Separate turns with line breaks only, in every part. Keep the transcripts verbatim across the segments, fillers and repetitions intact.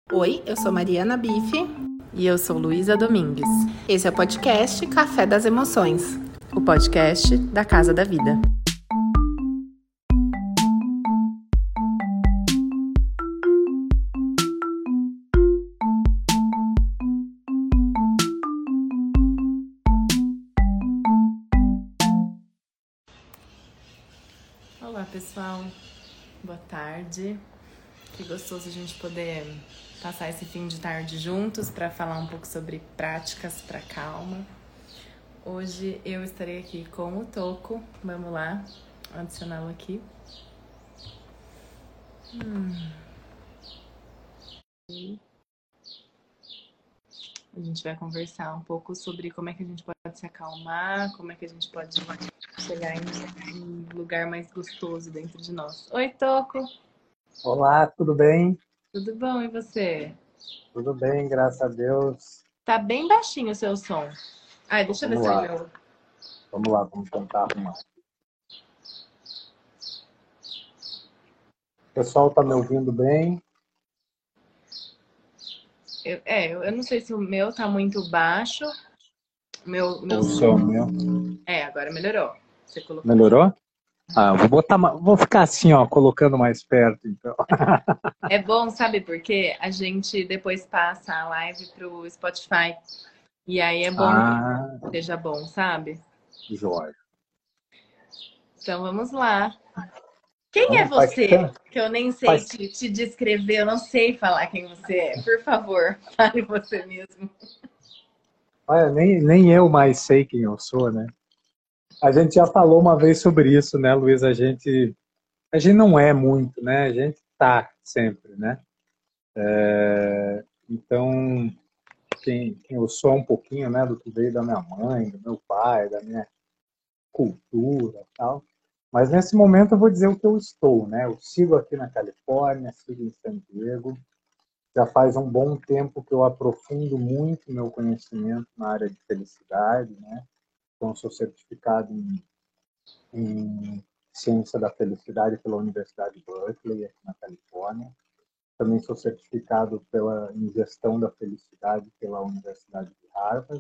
Oi, eu sou Mariana Bife.
E eu sou Luísa Domingues.
Esse é o podcast Café das Emoções,
o podcast da Casa da Vida. Olá, pessoal. Boa tarde. Que gostoso a gente poder passar esse fim de tarde juntos para falar um pouco sobre práticas para calma. Hoje eu estarei aqui com o Toco. Vamos lá, adicioná-lo aqui. Hum. A gente vai conversar um pouco sobre como é que a gente pode se acalmar, como é que a gente pode chegar em um lugar mais gostoso dentro de nós. Oi, Toco!
Olá, tudo bem?
Tudo bom, e você?
Tudo bem, graças a Deus.
Tá bem baixinho o seu som. Ai, deixa
vamos
eu ver
lá.
se eu...
Vamos lá, vamos tentar arrumar. O pessoal tá me ouvindo bem?
Eu, é, eu, eu não sei se o meu tá muito baixo. Meu, meu
O som meu.
É, agora melhorou. Você colocou.
Melhorou? Ah, vou botar, vou ficar assim, ó, colocando mais perto, então.
É bom, sabe por quê? A gente depois passa a live pro Spotify. E aí é bom
Ah,
que seja bom, sabe?
jóia.
Então vamos lá. Quem
Então,
é você?
faz...
Que eu nem sei
faz...
te, te descrever, eu não sei falar quem você é. Por favor, fale você mesmo.
Olha, nem, nem eu mais sei quem eu sou, né? A gente já falou uma vez sobre isso, né, Luiz? A gente, a gente não é muito, né? A gente tá sempre, né? É... Então, quem, quem eu sou um pouquinho, né, do que veio da minha mãe, do meu pai, da minha cultura e tal. Mas nesse momento eu vou dizer o que eu estou, né? Eu sigo aqui na Califórnia, sigo em San Diego. Já faz um bom tempo que eu aprofundo muito meu conhecimento na área de felicidade, né? Então, sou certificado em, em Ciência da Felicidade pela Universidade de Berkeley, aqui na Califórnia. Também sou certificado pela, em Gestão da Felicidade pela Universidade de Harvard.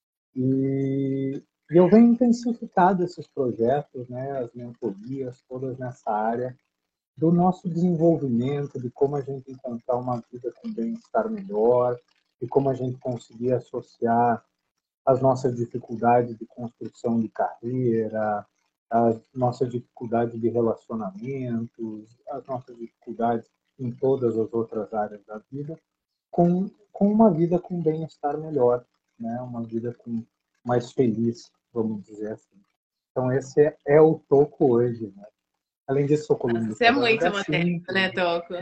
E, e eu venho intensificado esses projetos, né, as mentorias, todas nessa área do nosso desenvolvimento, de como a gente encontrar uma vida com bem-estar melhor, de como a gente conseguir associar as nossas dificuldades de construção de carreira, as nossas dificuldades de relacionamentos, as nossas dificuldades em todas as outras áreas da vida, com, com uma vida com bem-estar melhor, né? Uma vida com mais feliz, vamos dizer assim. Então esse é, é o Toco hoje, né? Além disso, sou coluna do
Você é
Programa
muito
da
modesto, né,
Simples.
Toco?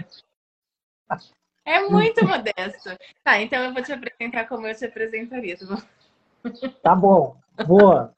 É muito modesto. Tá, então eu vou te apresentar como eu te apresentaria, tá bom?
Tá bom, boa.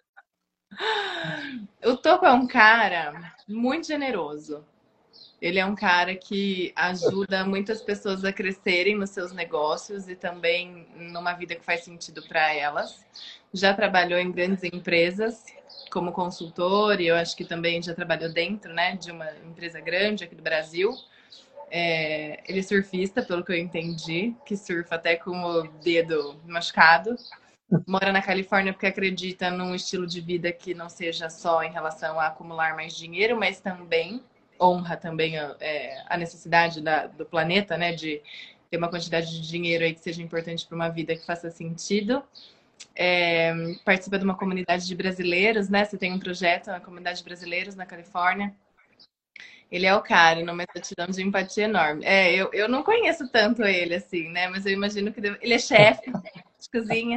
O Toco é um cara muito generoso. Ele é um cara que ajuda muitas pessoas a crescerem nos seus negócios e também numa vida que faz sentido para elas. Já trabalhou em grandes empresas como consultor e eu acho que também já trabalhou dentro, né, de uma empresa grande aqui do Brasil. É, ele é surfista, pelo que eu entendi, que surfa até com o dedo machucado. Mora na Califórnia porque acredita num estilo de vida que não seja só em relação a acumular mais dinheiro, mas também honra também a, é, a necessidade da, do planeta, né? De ter uma quantidade de dinheiro aí que seja importante para uma vida que faça sentido. É, participa de uma comunidade de brasileiros, né? Você tem um projeto, uma comunidade de brasileiros na Califórnia. Ele é o cara, numa exatidão de empatia enorme. É, eu, eu não conheço tanto ele assim, né? Mas eu imagino que deve... ele é chefe de cozinha.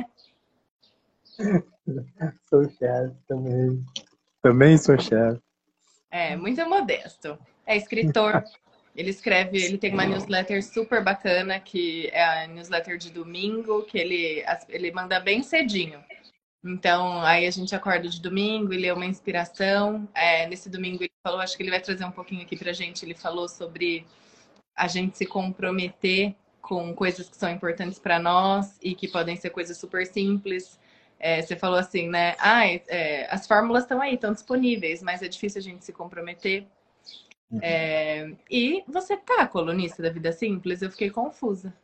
Sou chefe também. Também sou chefe.
É, muito modesto. É escritor. Ele escreve, ele tem uma newsletter super bacana, que é a newsletter de domingo, que ele, ele manda bem cedinho. Então, aí a gente acorda de domingo e lê uma inspiração. É, nesse domingo ele falou, acho que ele vai trazer um pouquinho aqui pra gente, ele falou sobre a gente se comprometer com coisas que são importantes para nós e que podem ser coisas super simples. É, você falou assim, né? Ah, é, as fórmulas estão aí, estão disponíveis, mas é difícil a gente se comprometer. Uhum. É, e você tá colunista da Vida Simples? Eu fiquei confusa.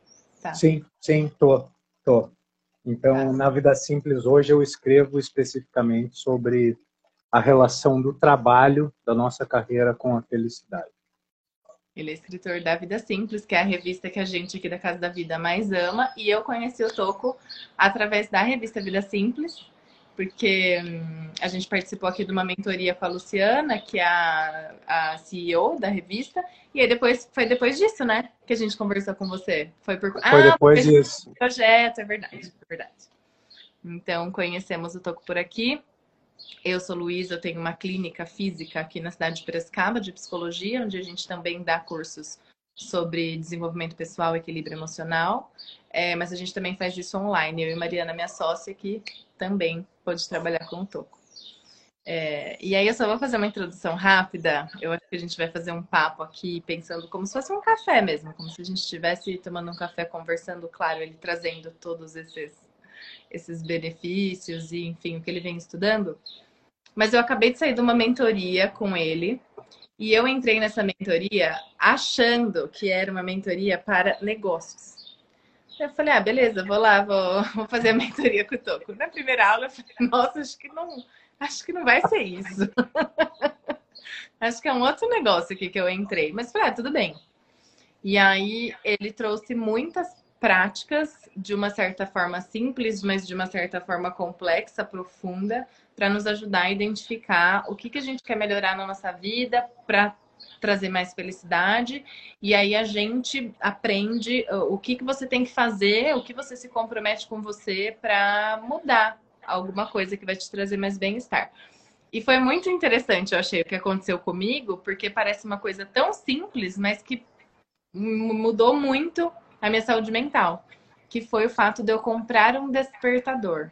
revista?
Sim, sim, tô, tô. Então,
Tá.
na Vida Simples, hoje eu escrevo especificamente sobre a relação do trabalho da nossa carreira com a felicidade.
Ele é escritor da Vida Simples, que é a revista que a gente aqui da Casa da Vida mais ama. E eu conheci o Toco através da revista Vida Simples, porque hum, a gente participou aqui de uma mentoria com a Luciana, que é a, a C E O da revista. E aí depois, foi depois disso, né, que a gente conversou com você. Foi por...
Foi
Ah,
depois
foi
disso.
projeto, é verdade, é verdade. Então, conhecemos o Toco por aqui. Eu sou Luísa, eu tenho uma clínica física aqui na cidade de Piracicaba, de psicologia, onde a gente também dá cursos sobre desenvolvimento pessoal e equilíbrio emocional. É, mas a gente também faz isso online. Eu e Mariana, minha sócia, que também pode trabalhar com o Toco. É, e aí eu só vou fazer uma introdução rápida. Eu acho que a gente vai fazer um papo aqui, pensando como se fosse um café mesmo, como se a gente estivesse tomando um café, conversando, claro, ele trazendo todos esses, esses benefícios e, enfim, o que ele vem estudando. Mas eu acabei de sair de uma mentoria com ele e eu entrei nessa mentoria achando que era uma mentoria para negócios. Eu falei, ah, beleza, vou lá, vou, vou fazer a mentoria com o Toco. Na primeira aula eu falei, nossa, acho que não, acho que não vai ser isso. Acho que é um outro negócio aqui que eu entrei. Mas falei, ah, tudo bem. E aí ele trouxe muitas práticas de uma certa forma simples, mas de uma certa forma complexa, profunda, para nos ajudar a identificar o que, que a gente quer melhorar na nossa vida para trazer mais felicidade. E aí a gente aprende o que, que você tem que fazer, o que você se compromete com você para mudar alguma coisa que vai te trazer mais bem-estar. E foi muito interessante, eu achei, o que aconteceu comigo, porque parece uma coisa tão simples, mas que mudou muito a minha saúde mental, que foi o fato de eu comprar um despertador.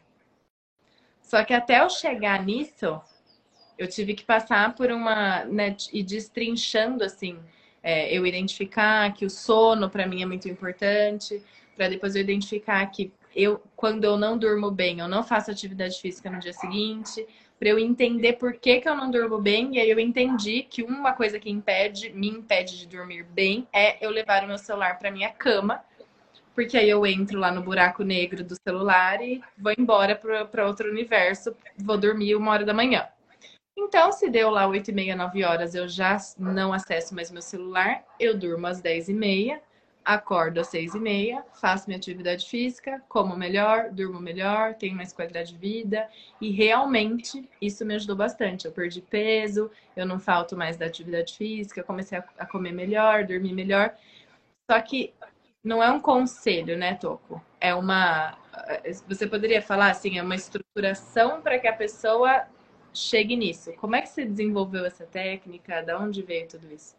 Só que até eu chegar nisso, eu tive que passar por uma, né, e destrinchando assim, é, eu identificar que o sono para mim é muito importante, para depois eu identificar que eu, quando eu não durmo bem, eu não faço atividade física no dia seguinte, para eu entender por que, que eu não durmo bem, e aí eu entendi que uma coisa que impede, me impede de dormir bem é eu levar o meu celular para minha cama, porque aí eu entro lá no buraco negro do celular e vou embora para outro universo, vou dormir uma hora da manhã. Então, se deu lá oito e meia, nove horas, eu já não acesso mais meu celular, eu durmo às dez e meia, acordo às seis e meia, faço minha atividade física, como melhor, durmo melhor, tenho mais qualidade de vida e realmente isso me ajudou bastante. Eu perdi peso, eu não falto mais da atividade física, comecei a comer melhor, dormir melhor. Só que não é um conselho, né, Toco? É uma... Você poderia falar assim, é uma estruturação para que a pessoa chegue nisso. Como é que você desenvolveu essa técnica? De onde veio tudo isso?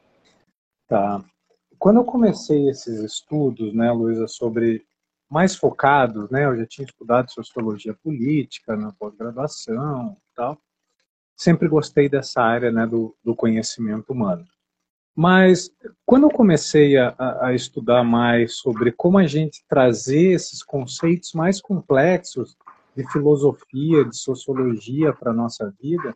Tá. Quando eu comecei esses estudos, né, Luísa, sobre mais focados, né, eu já tinha estudado sociologia política na pós-graduação e tal, sempre gostei dessa área, né, do, do conhecimento humano. Mas quando eu comecei a, a estudar mais sobre como a gente trazer esses conceitos mais complexos de filosofia, de sociologia para a nossa vida,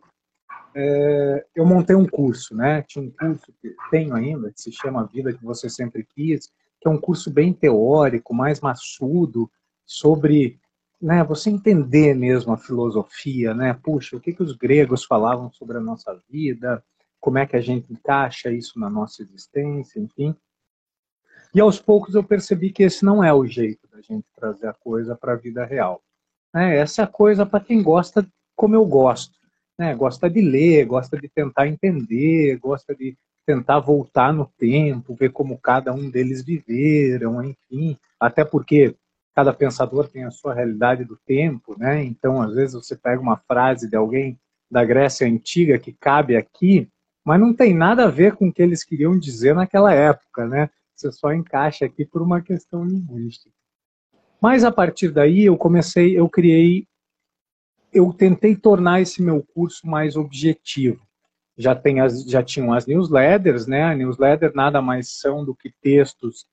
é, eu montei um curso, né? Tinha um curso que tenho ainda, que se chama A Vida que Você Sempre Quis, que é um curso bem teórico, mais maçudo, sobre, né, você entender mesmo a filosofia, né? Puxa, o que, que os gregos falavam sobre a nossa vida, como é que a gente encaixa isso na nossa existência, enfim. E aos poucos eu percebi que esse não é o jeito da gente trazer a coisa para a vida real. É, essa é a coisa para quem gosta como eu gosto. Né? Gosta de ler, gosta de tentar entender, gosta de tentar voltar no tempo, ver como cada um deles viveram, enfim. Até porque cada pensador tem a sua realidade do tempo, né? Então, às vezes, você pega uma frase de alguém da Grécia Antiga que cabe aqui, mas não tem nada a ver com o que eles queriam dizer naquela época, né? Você só encaixa aqui por uma questão linguística. Mas a partir daí eu comecei, eu criei, eu tentei tornar esse meu curso mais objetivo. Já, tem as, já tinham as newsletters, né? A newsletter nada mais são do que textos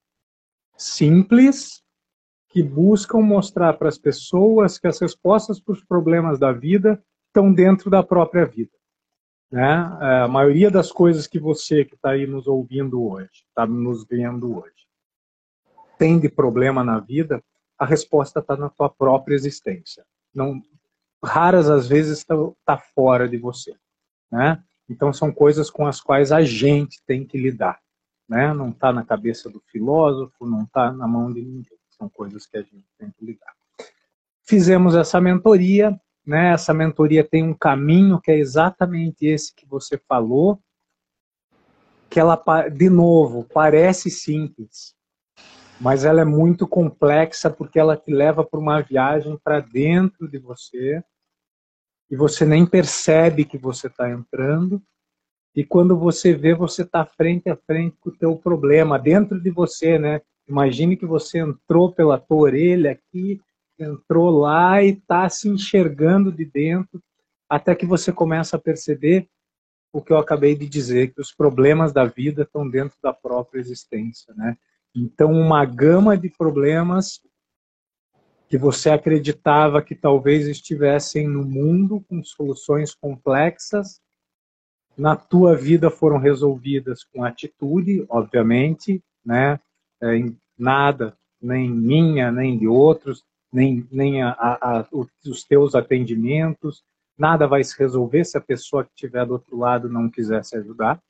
simples que buscam mostrar para as pessoas que as respostas para os problemas da vida estão dentro da própria vida. Né? A maioria das coisas que você que está aí nos ouvindo hoje, está nos vendo hoje, tem de problema na vida, a resposta está na tua própria existência. Não, raras as vezes está tá fora de você, né? Então são coisas com as quais a gente tem que lidar, né? Não está na cabeça do filósofo, não está na mão de ninguém. São coisas que a gente tem que lidar. Fizemos essa mentoria, né? Essa mentoria tem um caminho que é exatamente esse que você falou, que ela, de novo, parece simples, mas ela é muito complexa porque ela te leva para uma viagem para dentro de você e você nem percebe que você está entrando, e quando você vê, você está frente a frente com o teu problema, dentro de você, né? Imagine que você entrou pela tua orelha aqui, entrou lá e está se enxergando de dentro, até que você começa a perceber o que eu acabei de dizer, que os problemas da vida estão dentro da própria existência, né? Então, uma gama de problemas que você acreditava que talvez estivessem no mundo com soluções complexas, na tua vida foram resolvidas com atitude, obviamente, né? É, nada, nem minha, nem de outros, nem, nem a, a, a, os teus atendimentos, nada vai se resolver se a pessoa que estiver do outro lado não quiser se ajudar.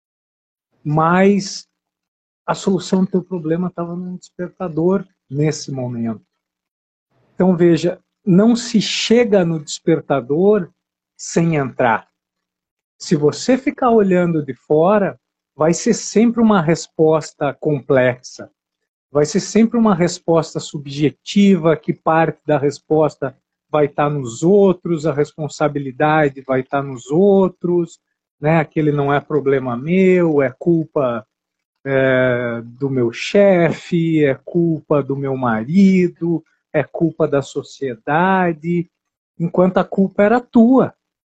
Mas a solução do teu problema estava num despertador nesse momento. Então, veja, não se chega no despertador sem entrar. Se você ficar olhando de fora, vai ser sempre uma resposta complexa. Vai ser sempre uma resposta subjetiva, que parte da resposta vai estar nos outros, a responsabilidade vai estar nos outros, né? Aquele não é problema meu, é culpa é, do meu chefe, é culpa do meu marido, é culpa da sociedade, enquanto a culpa era tua,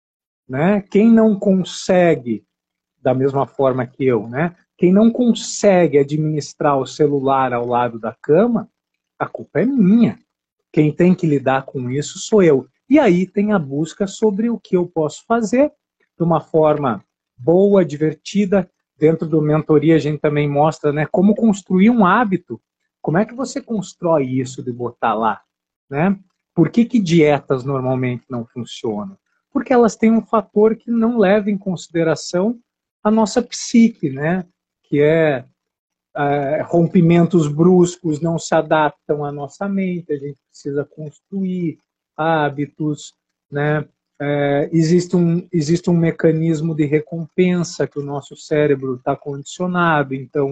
né? Quem não consegue, da mesma forma que eu, né? Quem não consegue administrar o celular ao lado da cama, a culpa é minha. Quem tem que lidar com isso sou eu. E aí tem a busca sobre o que eu posso fazer de uma forma boa, divertida. Dentro do mentoria a gente também mostra, né, como construir um hábito. Como é que você constrói isso de botar lá, né? Por que que dietas normalmente não funcionam? Porque elas têm um fator que não leva em consideração a nossa psique, né? Que é, é rompimentos bruscos não se adaptam à nossa mente, a gente precisa construir hábitos, né? É, existe, um, existe um mecanismo de recompensa que o nosso cérebro está condicionado, então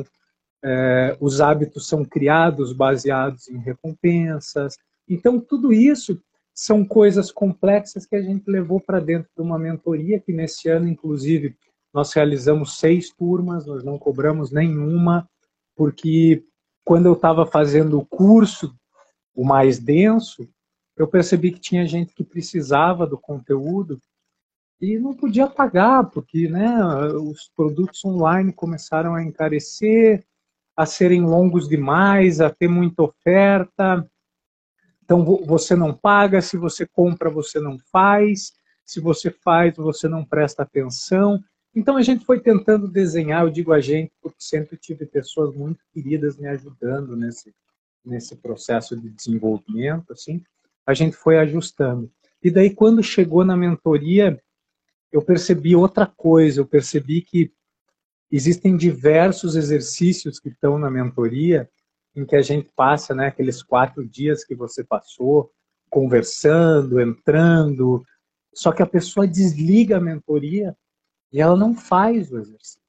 é, os hábitos são criados baseados em recompensas. Então tudo isso são coisas complexas que a gente levou para dentro de uma mentoria, que nesse ano, inclusive, nós realizamos seis turmas, nós não cobramos nenhuma, porque quando eu estava fazendo o curso, o mais denso, eu percebi que tinha gente que precisava do conteúdo e não podia pagar, porque, né, os produtos online começaram a encarecer, a serem longos demais, a ter muita oferta. Então você não paga, se você compra você não faz, se você faz você não presta atenção. Então a gente foi tentando desenhar, eu digo a gente, porque sempre tive pessoas muito queridas me ajudando nesse, nesse processo de desenvolvimento, assim, a gente foi ajustando. E daí quando chegou na mentoria, eu percebi outra coisa, eu percebi que existem diversos exercícios que estão na mentoria, em que a gente passa, né, aqueles quatro dias que você passou, conversando, entrando, só que a pessoa desliga a mentoria e ela não faz o exercício.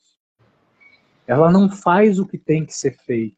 Ela não faz o que tem que ser feito.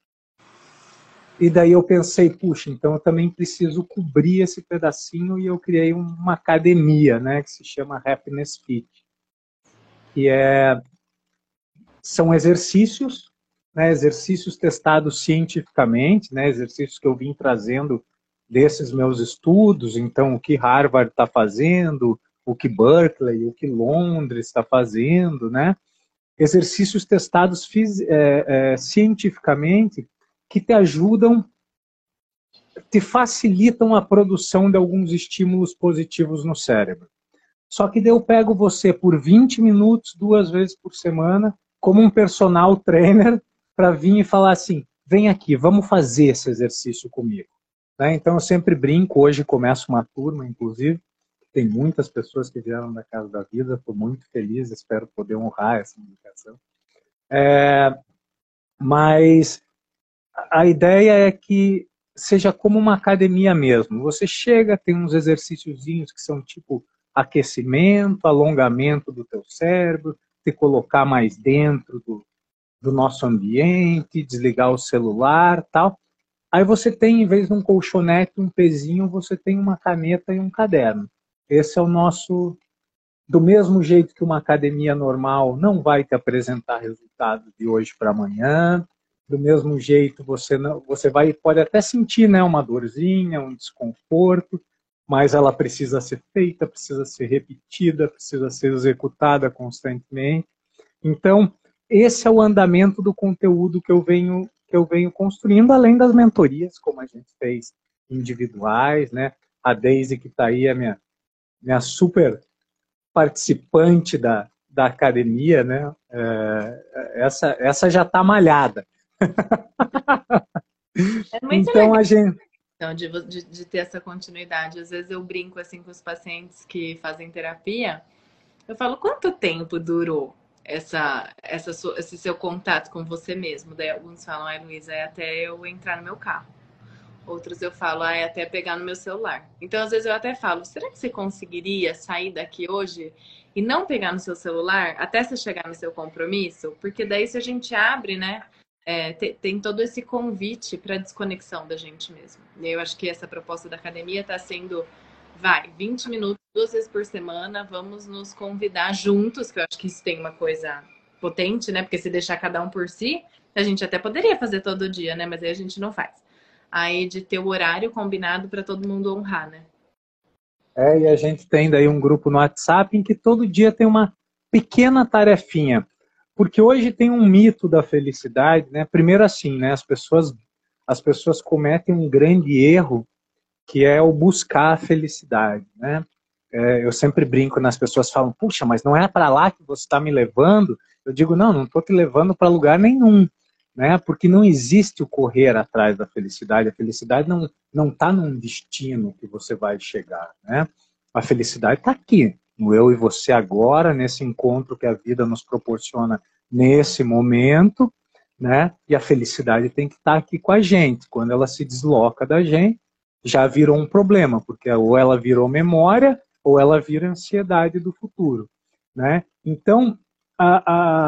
E daí eu pensei, puxa, então eu também preciso cobrir esse pedacinho, e eu criei uma academia, né, que se chama Happiness Fit. Que é, são exercícios, né, exercícios testados cientificamente, né, exercícios que eu vim trazendo desses meus estudos, então o que Harvard está fazendo, o que Berkeley, o que Londres está fazendo, né? Exercícios testados é, é, cientificamente que te ajudam, te facilitam a produção de alguns estímulos positivos no cérebro. Só que daí eu pego você por vinte minutos, duas vezes por semana, como um personal trainer, para vir e falar assim, vem aqui, vamos fazer esse exercício comigo. Né? Então eu sempre brinco, hoje começo uma turma, inclusive, tem muitas pessoas que vieram da Casa da Vida, estou muito feliz, espero poder honrar essa indicação. É, mas a ideia é que seja como uma academia mesmo. Você chega, tem uns exercíciozinhos que são tipo aquecimento, alongamento do teu cérebro, te colocar mais dentro do, do nosso ambiente, desligar o celular, tal. Aí você tem, em vez de um colchonete, um pezinho, você tem uma caneta e um caderno. Esse é o nosso... Do mesmo jeito que uma academia normal não vai te apresentar resultado de hoje para amanhã, do mesmo jeito você, não, você vai, pode até sentir, né, uma dorzinha, um desconforto, mas ela precisa ser feita, precisa ser repetida, precisa ser executada constantemente. Então, esse é o andamento do conteúdo que eu venho, que eu venho construindo, além das mentorias, como a gente fez individuais, né? A Daisy, que está aí, a minha, minha super participante da, da academia, né? É, essa, essa já está malhada.
É muito
então,
legal.
A gente...
Então, de, de, de ter essa continuidade. Às vezes eu brinco assim com os pacientes que fazem terapia. Eu falo, quanto tempo durou essa, essa, esse seu contato com você mesmo? Daí alguns falam, ai, Luísa, é até eu entrar no meu carro. Outros eu falo, ah, é até pegar no meu celular. Então, às vezes eu até falo, será que você conseguiria sair daqui hoje e não pegar no seu celular até você chegar no seu compromisso? Porque daí se a gente abre, né, é, tem, tem todo esse convite para desconexão da gente mesmo. E eu acho que essa proposta da academia está sendo, vai, vinte minutos, duas vezes por semana, vamos nos convidar juntos, que eu acho que isso tem uma coisa potente, né? Porque se deixar cada um por si, a gente até poderia fazer todo dia, né? Mas aí a gente não faz. Aí de ter o horário combinado para todo mundo honrar, né?
É, e a gente tem daí um grupo no WhatsApp em que todo dia tem uma pequena tarefinha. Porque hoje tem um mito da felicidade, né? Primeiro assim, né? As pessoas, as pessoas cometem um grande erro, que é o buscar a felicidade, né? É, eu sempre brinco nas pessoas falam, puxa, mas não é para lá que você está me levando? Eu digo, não, não estou te levando para lugar nenhum. Né? Porque não existe o correr atrás da felicidade. A felicidade não não está num destino que você vai chegar. Né? A felicidade está aqui, no eu e você agora, nesse encontro que a vida nos proporciona nesse momento, né? E a felicidade tem que estar aqui com a gente. Quando ela se desloca da gente, já virou um problema, porque ou ela virou memória, ou ela vira ansiedade do futuro. Né? Então, a,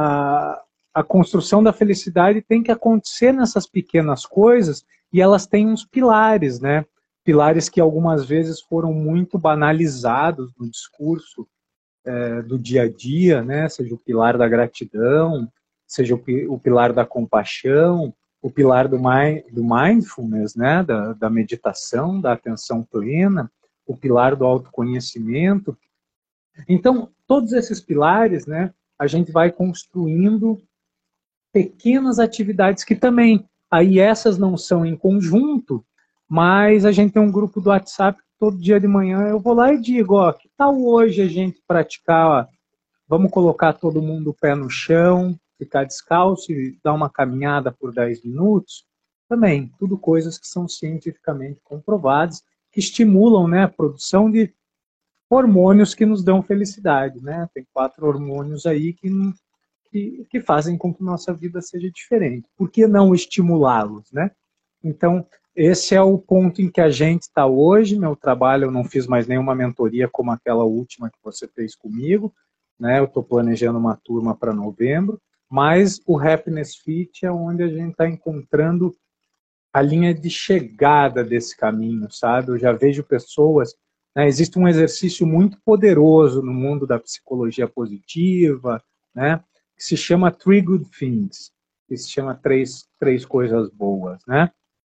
a A construção da felicidade tem que acontecer nessas pequenas coisas e elas têm uns pilares, né? Pilares que algumas vezes foram muito banalizados no discurso é, do dia a dia, né? Seja o pilar da gratidão, seja o, o pilar da compaixão, o pilar do, mind, do mindfulness, né? Da, da meditação, da atenção plena, o pilar do autoconhecimento. Então, todos esses pilares, né? A gente vai construindo pequenas atividades que também, aí essas não são em conjunto, mas a gente tem um grupo do WhatsApp que todo dia de manhã eu vou lá e digo, ó, que tal hoje a gente praticar, ó, vamos colocar todo mundo o pé no chão, ficar descalço e dar uma caminhada por dez minutos? Também, tudo coisas que são cientificamente comprovadas, que estimulam, né, a produção de hormônios que nos dão felicidade, né? Tem quatro hormônios aí que Que, que fazem com que nossa vida seja diferente. Por que não estimulá-los, né? Então, esse é o ponto em que a gente está hoje. Meu trabalho, eu não fiz mais nenhuma mentoria como aquela última que você fez comigo, né? Eu estou planejando uma turma para novembro, mas o Happiness Fit é onde a gente está encontrando a linha de chegada desse caminho, sabe? Eu já vejo pessoas... Né? Existe um exercício muito poderoso no mundo da psicologia positiva, né? Que se chama Three Good Things, que se chama Três, três Coisas Boas. Né?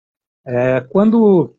É, quando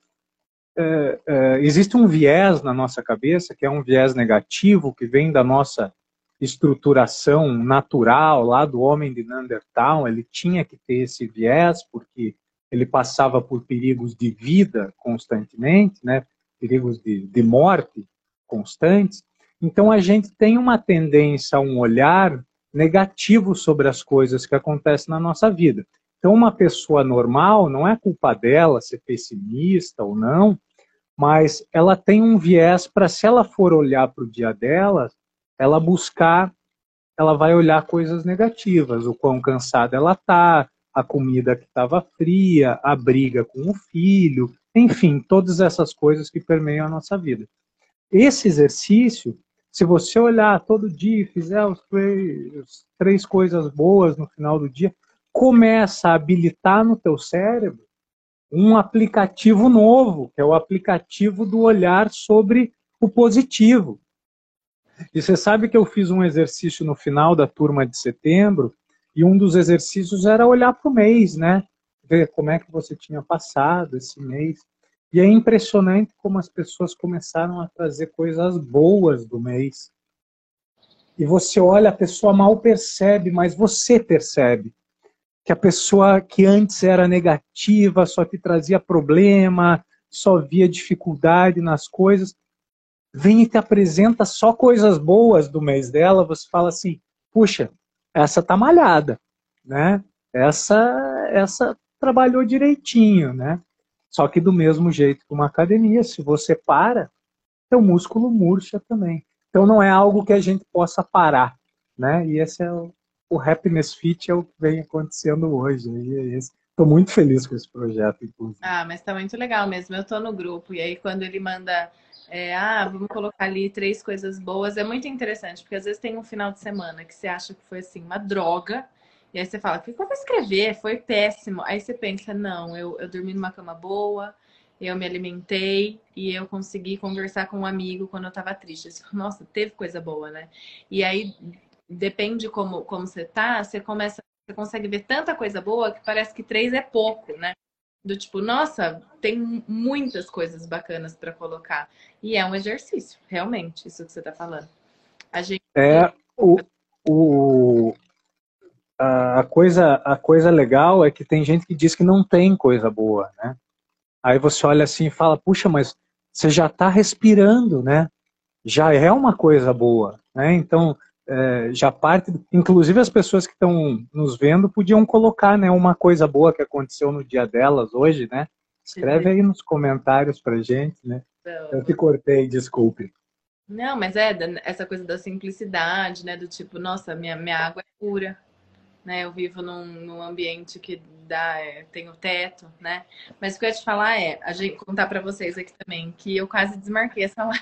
é, é, existe um viés na nossa cabeça, que é um viés negativo, que vem da nossa estruturação natural, lá do homem de Neandertal, ele tinha que ter esse viés, porque ele passava por perigos de vida constantemente, né? Perigos de, de morte constantes. Então a gente tem uma tendência a um olhar negativo sobre as coisas que acontecem na nossa vida. Então, uma pessoa normal, não é culpa dela ser pessimista ou não, mas ela tem um viés para, se ela for olhar para o dia dela, ela buscar, ela vai olhar coisas negativas, o quão cansada ela está, a comida que estava fria, a briga com o filho, enfim, todas essas coisas que permeiam a nossa vida. Esse exercício, se você olhar todo dia e fizer os três, as três coisas boas no final do dia, começa a habilitar no teu cérebro um aplicativo novo, que é o aplicativo do olhar sobre o positivo. E você sabe que eu fiz um exercício no final da turma de setembro, e um dos exercícios era olhar para o mês, né? Ver como é que você tinha passado esse mês. E é impressionante como as pessoas começaram a trazer coisas boas do mês. E você olha, a pessoa mal percebe, mas você percebe. Que a pessoa que antes era negativa, só te trazia problema, só via dificuldade nas coisas, vem e te apresenta só coisas boas do mês dela, você fala assim, puxa, essa tá malhada, né? Essa, essa trabalhou direitinho, né? Só que do mesmo jeito que uma academia, se você para, teu músculo murcha também. Então não é algo que a gente possa parar, né? E esse é o, o Happiness Fit, é o que vem acontecendo hoje. Estou muito feliz com esse projeto, inclusive.
Ah, mas tá muito legal mesmo. Eu tô no grupo, e aí quando ele manda, é, ah, vamos colocar ali três coisas boas, é muito interessante, porque às vezes tem um final de semana que você acha que foi assim, uma droga, e aí você fala, o que eu vou escrever? Foi péssimo. Aí você pensa, não, eu, eu dormi numa cama boa, eu me alimentei e eu consegui conversar com um amigo quando eu tava triste. Nossa, teve coisa boa, né? E aí, depende como, como você tá, você começa, você consegue ver tanta coisa boa que parece que três é pouco, né? Do tipo, nossa, tem muitas coisas bacanas para colocar. E é um exercício, realmente, isso que você tá falando. A gente...
É, o, o, a, coisa, a coisa legal é que tem gente que diz que não tem coisa boa, né? Aí você olha assim e fala, puxa, mas você já está respirando, né? Já é uma coisa boa, né? Então, é, já parte... Inclusive as pessoas que estão nos vendo podiam colocar, né, uma coisa boa que aconteceu no dia delas hoje, né? Escreve aí nos comentários pra gente, né? Eu te cortei, desculpe.
Não, mas é essa coisa da simplicidade, né? Do tipo, nossa, minha, minha água é pura, né? Eu vivo num, num ambiente que dá, é, tem o teto, né? Mas o que eu ia te falar é, a gente contar pra vocês aqui também, que eu quase desmarquei essa live.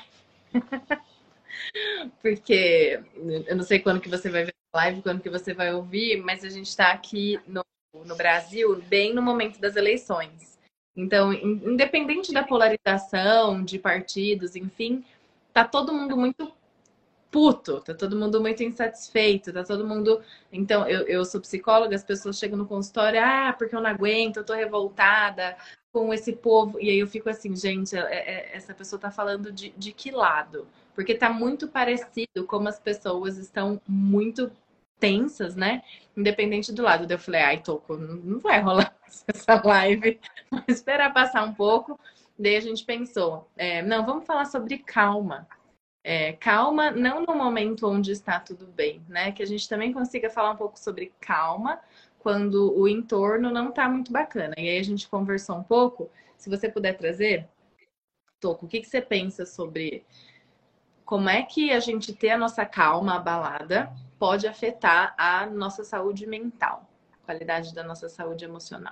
Porque eu não sei quando que você vai ver a live, quando que você vai ouvir, mas a gente tá aqui no, no Brasil, bem no momento das eleições. Então, independente da polarização de partidos, enfim, tá todo mundo muito puto, tá todo mundo muito insatisfeito, tá todo mundo... Então, eu, eu sou psicóloga, as pessoas chegam no consultório, ah, porque eu não aguento, eu tô revoltada com esse povo. E aí eu fico assim, gente, é, é, essa pessoa tá falando de, de que lado? Porque tá muito parecido como as pessoas estão muito tensas, né? Independente do lado. Daí eu falei, ai, Toco, não vai rolar essa live. Vou esperar passar um pouco. Daí a gente pensou, é, não, vamos falar sobre calma. É, calma, não no momento onde está tudo bem, né? Que a gente também consiga falar um pouco sobre calma quando o entorno não está muito bacana. E aí a gente conversou um pouco. Se você puder trazer, Toco, o que, que você pensa sobre como é que a gente ter a nossa calma abalada pode afetar a nossa saúde mental, a qualidade da nossa saúde emocional?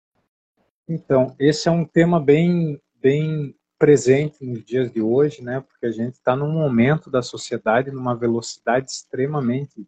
Então, esse é um tema bem, bem presente nos dias de hoje, né? Porque a gente está num momento da sociedade numa velocidade extremamente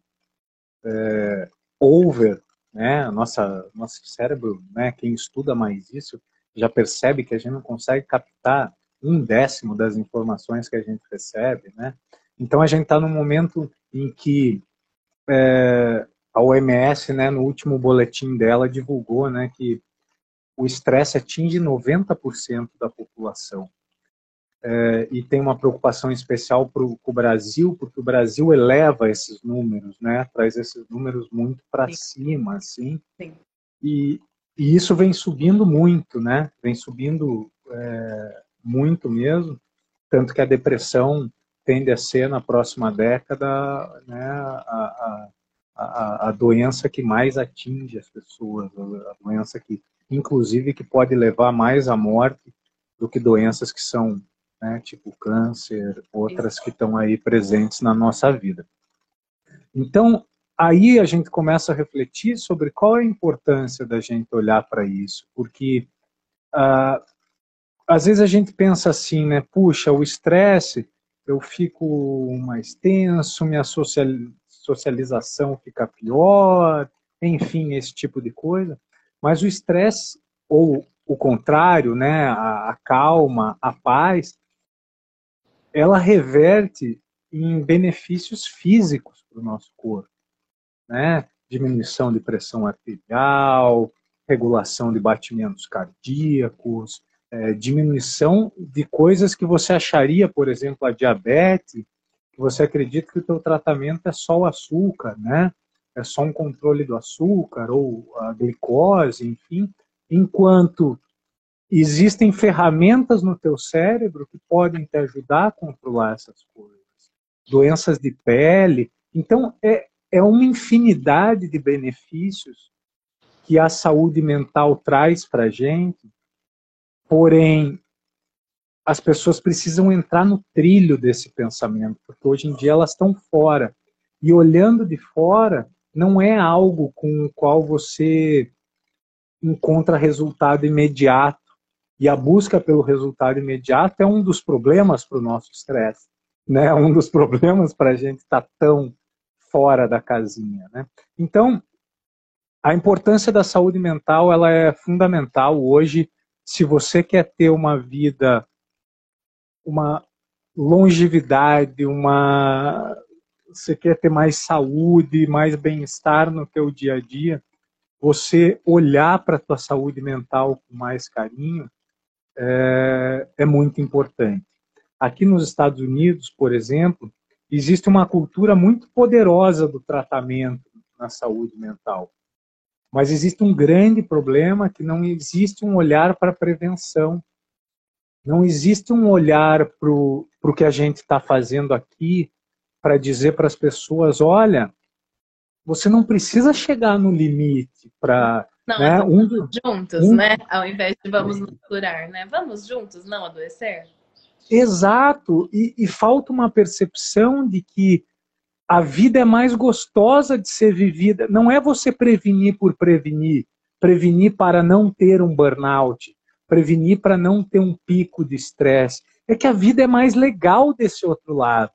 é, over, né? A nossa nosso cérebro, né? Quem estuda mais isso já percebe que a gente não consegue captar um décimo das informações que a gente recebe, né? Então a gente está num momento em que é, a O M S, né? No último boletim dela divulgou, né? Que o estresse atinge noventa por cento da população. É, e tem uma preocupação especial para o Brasil, porque o Brasil eleva esses números, né? Traz esses números muito para cima, assim.
Sim.
E, e isso vem subindo muito, né? Vem subindo é, muito mesmo, tanto que a depressão tende a ser, na próxima década, né, a, a, a, a doença que mais atinge as pessoas, a doença que, inclusive, que pode levar mais à morte do que doenças que são, né, tipo câncer, outras que estão aí presentes na nossa vida. Então, aí a gente começa a refletir sobre qual é a importância da gente olhar para isso, porque ah, às vezes a gente pensa assim, né, puxa, o estresse, eu fico mais tenso, minha social, socialização fica pior, enfim, esse tipo de coisa, mas o estresse, ou o contrário, né, a, a calma, a paz, ela reverte em benefícios físicos para o nosso corpo, né? Diminuição de pressão arterial, regulação de batimentos cardíacos, é, diminuição de coisas que você acharia, por exemplo, a diabetes, que você acredita que o teu tratamento é só o açúcar, né? É só um controle do açúcar ou a glicose, enfim, enquanto existem ferramentas no teu cérebro que podem te ajudar a controlar essas coisas. Doenças de pele. Então, é, é uma infinidade de benefícios que a saúde mental traz para a gente, porém, as pessoas precisam entrar no trilho desse pensamento, porque hoje em dia elas estão fora. E olhando de fora, não é algo com o qual você encontra resultado imediato. E a busca pelo resultado imediato é um dos problemas para o nosso estresse, né? Um dos problemas para a gente estar tão fora da casinha, né? Então, a importância da saúde mental, ela é fundamental hoje. Se você quer ter uma vida, uma longevidade, uma, você quer ter mais saúde, mais bem-estar no teu dia a dia, você olhar para a tua saúde mental com mais carinho é, é muito importante. Aqui nos Estados Unidos, por exemplo, existe uma cultura muito poderosa do tratamento na saúde mental. Mas existe um grande problema que não existe um olhar para a prevenção. Não existe um olhar para o que a gente está fazendo aqui para dizer para as pessoas, olha, você não precisa chegar no limite para...
Não,
né,
é
um,
juntos,
um,
né? Ao invés de vamos nos curar, né? Vamos juntos, não adoecer.
Exato. E, e falta uma percepção de que a vida é mais gostosa de ser vivida. Não é você prevenir por prevenir. Prevenir para não ter um burnout. Prevenir para não ter um pico de estresse. É que a vida é mais legal desse outro lado.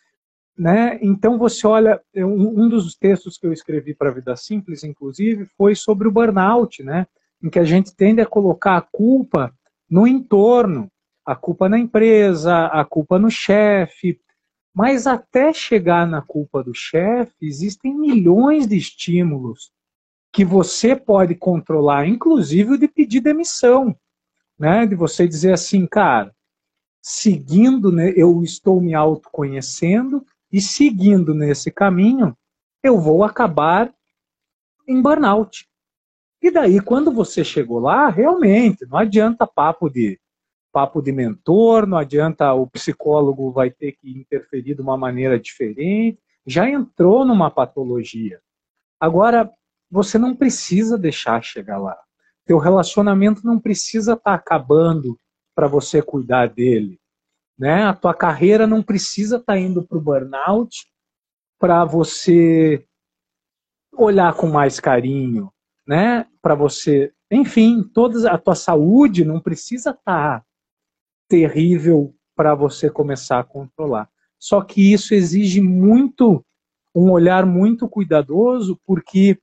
Né? Então você olha, um dos textos que eu escrevi para a Vida Simples, inclusive, foi sobre o burnout, né? Em que a gente tende a colocar a culpa no entorno, a culpa na empresa, a culpa no chefe, mas até chegar na culpa do chefe, existem milhões de estímulos que você pode controlar, inclusive o de pedir demissão, né? De você dizer assim, cara, seguindo, né, eu estou me autoconhecendo, e seguindo nesse caminho, eu vou acabar em burnout. E daí, quando você chegou lá, realmente, não adianta papo de, papo de mentor, não adianta o psicólogo vai ter que interferir de uma maneira diferente, já entrou numa patologia. Agora, você não precisa deixar chegar lá. Teu relacionamento não precisa estar acabando para você cuidar dele. Né? A tua carreira não precisa estar indo para o burnout para você olhar com mais carinho, né? Para você, enfim, toda a tua saúde não precisa estar terrível para você começar a controlar. Só que isso exige muito, um olhar muito cuidadoso, porque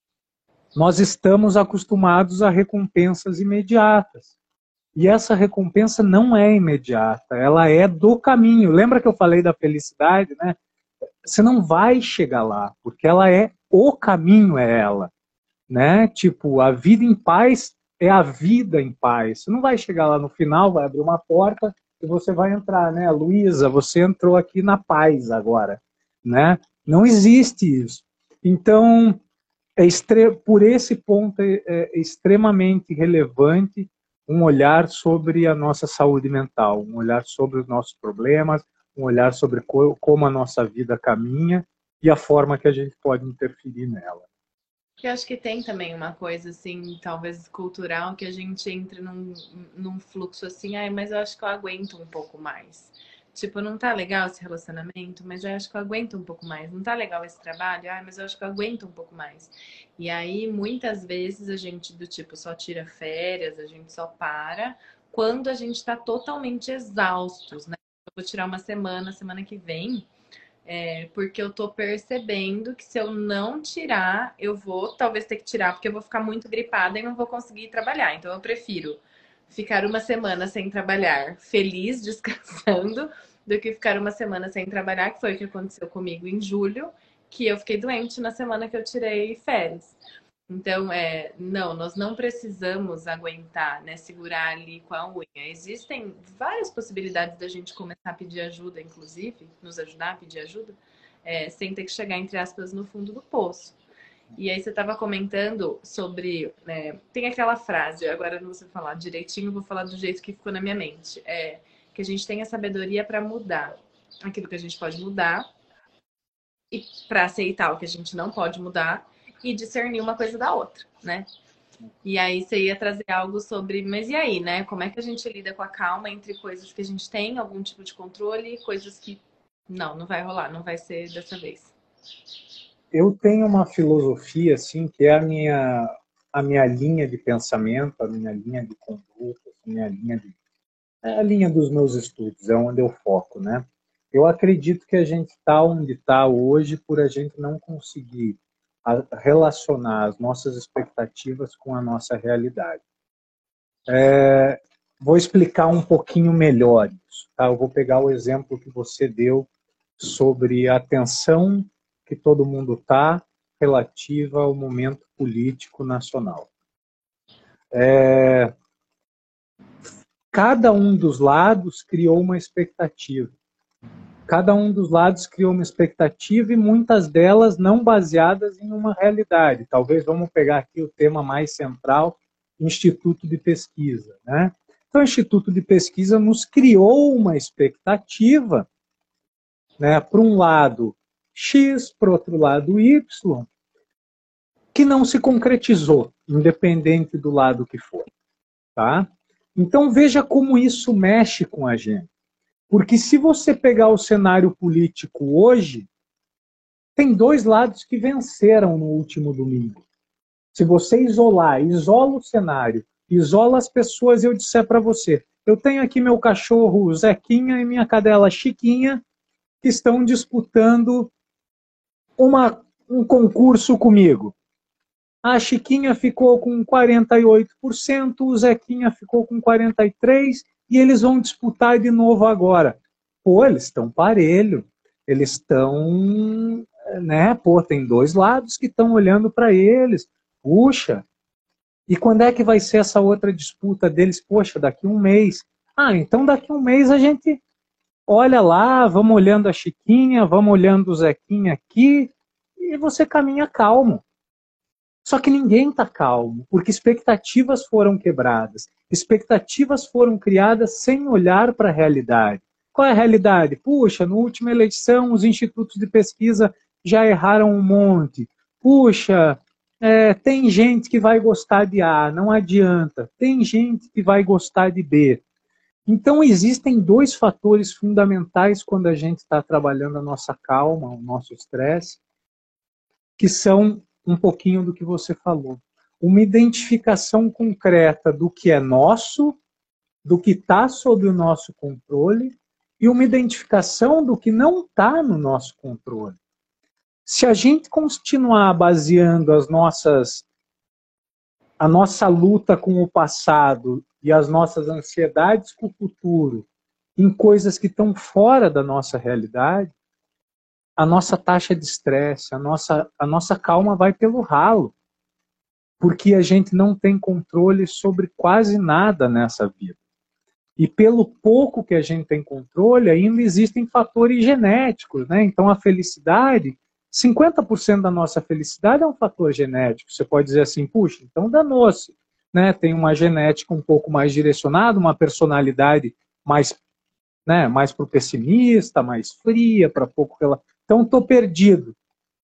nós estamos acostumados a recompensas imediatas. E essa recompensa não é imediata, ela é do caminho. Lembra que eu falei da felicidade, né? Você não vai chegar lá, porque ela é o caminho, é ela. Né? Tipo, a vida em paz é a vida em paz. Você não vai chegar lá no final, vai abrir uma porta e você vai entrar, né? Luísa, você entrou aqui na paz agora. Né? Não existe isso. Então, é extre... por esse ponto é, é extremamente relevante um olhar sobre a nossa saúde mental, um olhar sobre os nossos problemas, um olhar sobre co como a nossa vida caminha e a forma que a gente pode interferir nela.
Eu acho que tem também uma coisa, assim, talvez cultural, que a gente entre num, num fluxo assim, ai, mas eu acho que eu aguento um pouco mais. Tipo, não tá legal esse relacionamento, mas eu acho que eu aguento um pouco mais. Não tá legal esse trabalho, ai, mas eu acho que eu aguento um pouco mais. E aí, muitas vezes, a gente do tipo só tira férias, a gente só para quando a gente tá totalmente exaustos, né? Eu vou tirar uma semana, semana que vem. É, porque eu tô percebendo que se eu não tirar, eu vou talvez ter que tirar, porque eu vou ficar muito gripada e não vou conseguir trabalhar. Então eu prefiro ficar uma semana sem trabalhar, feliz, descansando, do que ficar uma semana sem trabalhar, que foi o que aconteceu comigo em julho, que eu fiquei doente na semana que eu tirei férias. Então, é, não, nós não precisamos aguentar, né, segurar ali com a unha. Existem várias possibilidades da gente começar a pedir ajuda, inclusive, nos ajudar a pedir ajuda, é, sem ter que chegar, entre aspas, no fundo do poço. E aí você estava comentando sobre, né, tem aquela frase, agora não vou falar direitinho, vou falar do jeito que ficou na minha mente, é que a gente tem a sabedoria para mudar aquilo que a gente pode mudar e para aceitar o que a gente não pode mudar e discernir uma coisa da outra, né? E aí você ia trazer algo sobre, mas e aí, né? Como é que a gente lida com a calma entre coisas que a gente tem algum tipo de controle e coisas que não, não vai rolar, não vai ser dessa vez.
Eu tenho uma filosofia, assim, que é a minha, a minha linha de pensamento, a minha linha de conduta, a minha linha de... É a linha dos meus estudos, é onde eu foco, né? Eu acredito que a gente está onde está hoje por a gente não conseguir relacionar as nossas expectativas com a nossa realidade. É, vou explicar um pouquinho melhor isso. Tá? Eu vou pegar o exemplo que você deu sobre a tensão que todo mundo está relativa ao momento político nacional. É, cada um dos lados criou uma expectativa. Cada um dos lados criou uma expectativa e muitas delas não baseadas em uma realidade. Talvez vamos pegar aqui o tema mais central, Instituto de Pesquisa, né? Então, o Instituto de Pesquisa nos criou uma expectativa, né, para um lado X, para o outro lado Y, que não se concretizou, independente do lado que for. Tá? Então, veja como isso mexe com a gente. Porque se você pegar o cenário político hoje, tem dois lados que venceram no último domingo. Se você isolar, isola o cenário, isola as pessoas, eu disser para você, eu tenho aqui meu cachorro Zequinha e minha cadela Chiquinha, que estão disputando uma, um concurso comigo. A Chiquinha ficou com quarenta e oito por cento, o Zequinha ficou com quarenta e três por cento, e eles vão disputar de novo agora. Pô, eles estão parelho, eles estão, né, pô, tem dois lados que estão olhando para eles. Puxa, e quando é que vai ser essa outra disputa deles? Poxa, daqui um mês. Ah, então daqui um mês a gente olha lá, vamos olhando a Chiquinha, vamos olhando o Zequinha aqui, e você caminha calmo. Só que ninguém está calmo, porque expectativas foram quebradas. Expectativas foram criadas sem olhar para a realidade. Qual é a realidade? Puxa, na última eleição os institutos de pesquisa já erraram um monte. Puxa, é, tem gente que vai gostar de A, não adianta. Tem gente que vai gostar de B. Então existem dois fatores fundamentais quando a gente está trabalhando a nossa calma, o nosso estresse, que são um pouquinho do que você falou. Uma identificação concreta do que é nosso, do que está sob o nosso controle, e uma identificação do que não está no nosso controle. Se a gente continuar baseando as nossas, a nossa luta com o passado e as nossas ansiedades com o futuro em coisas que estão fora da nossa realidade, a nossa taxa de estresse, a nossa, a nossa calma vai pelo ralo. Porque a gente não tem controle sobre quase nada nessa vida. E pelo pouco que a gente tem controle, ainda existem fatores genéticos, né? Então a felicidade, cinquenta por cento da nossa felicidade é um fator genético. Você pode dizer assim, puxa, então danou-se. Né? Tem uma genética um pouco mais direcionada, uma personalidade mais, né, mais para o pessimista, mais fria, para pouco... Então estou perdido.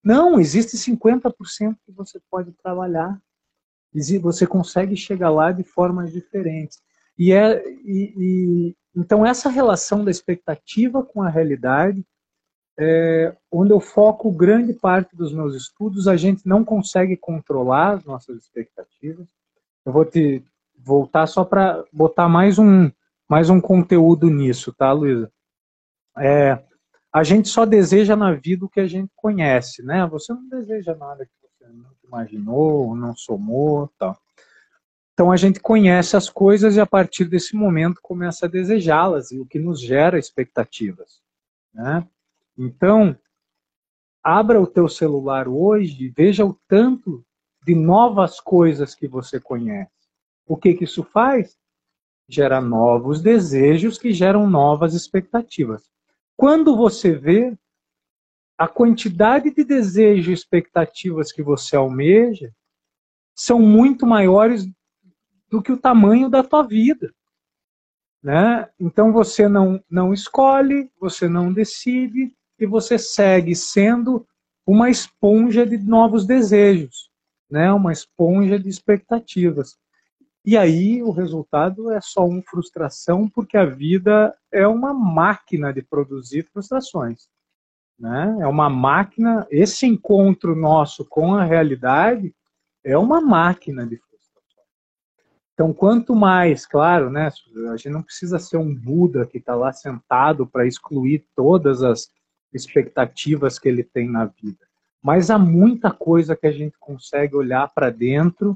Não, existe cinquenta por cento que você pode trabalhar. Você consegue chegar lá de formas diferentes. E é, e, e, então, essa relação da expectativa com a realidade, é, onde eu foco grande parte dos meus estudos, a gente não consegue controlar as nossas expectativas. Eu vou te voltar só para botar mais um, mais um conteúdo nisso, tá, Luísa? É, a gente só deseja na vida o que a gente conhece, né? Você não deseja nada que você não imaginou, não somou, tal. Então a gente conhece as coisas e a partir desse momento começa a desejá-las, e o que nos gera expectativas, né? Então, abra o teu celular hoje e veja o tanto de novas coisas que você conhece. O que que isso faz? Gera novos desejos que geram novas expectativas. Quando você vê a quantidade de desejos e expectativas que você almeja, são muito maiores do que o tamanho da tua vida, né? Então você não, não escolhe, você não decide e você segue sendo uma esponja de novos desejos, né? Uma esponja de expectativas. E aí o resultado é só uma frustração, porque a vida é uma máquina de produzir frustrações, né? É uma máquina, esse encontro nosso com a realidade é uma máquina de frustrações. Então, quanto mais, claro, né, a gente não precisa ser um Buda que está lá sentado para excluir todas as expectativas que ele tem na vida. Mas há muita coisa que a gente consegue olhar para dentro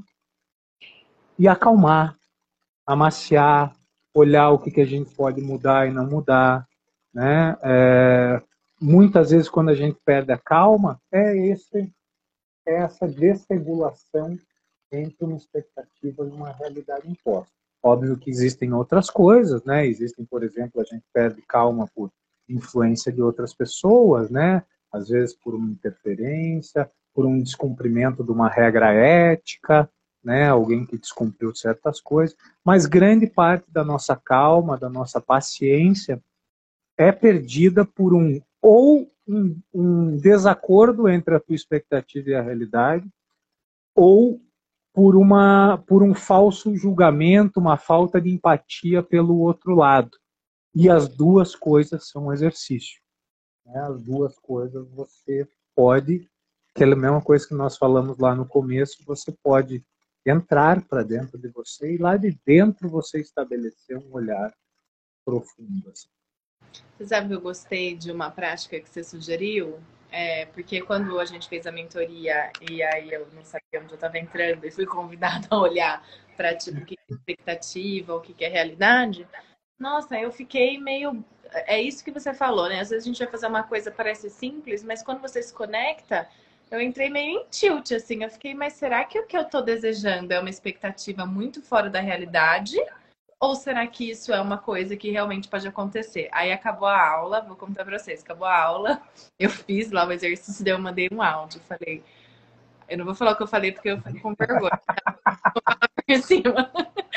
e acalmar, amaciar, olhar o que, que a gente pode mudar e não mudar, né? É, muitas vezes, quando a gente perde a calma, é, esse, é essa desregulação entre uma expectativa e uma realidade imposta. Óbvio que existem outras coisas, né? Existem, por exemplo, a gente perde calma por influência de outras pessoas, né? Às vezes por uma interferência, por um descumprimento de uma regra ética, né? Alguém que descumpriu certas coisas. Mas grande parte da nossa calma, da nossa paciência, é perdida por um ou um, um desacordo entre a tua expectativa e a realidade, ou por, uma, por um falso julgamento, uma falta de empatia pelo outro lado. E as duas coisas são um exercício. Né? As duas coisas você pode, aquela mesma coisa que nós falamos lá no começo, você pode entrar para dentro de você e lá de dentro você estabelecer um olhar profundo. Assim.
Você sabe que eu gostei de uma prática que você sugeriu? É, porque quando a gente fez a mentoria e aí eu não sabia onde eu estava entrando e fui convidada a olhar para tipo, o que é expectativa, o que é realidade, nossa, eu fiquei meio... É isso que você falou, né? Às vezes a gente vai fazer uma coisa parece simples, mas quando você se conecta, eu entrei meio em tilt, assim. Eu fiquei, mas será que o que eu estou desejando é uma expectativa muito fora da realidade? Ou será que isso é uma coisa que realmente pode acontecer? Aí acabou a aula, vou contar pra vocês. Acabou a aula, eu fiz lá o exercício, daí eu mandei um áudio. Falei, eu não vou falar o que eu falei porque eu fico com vergonha. Vou falar por cima.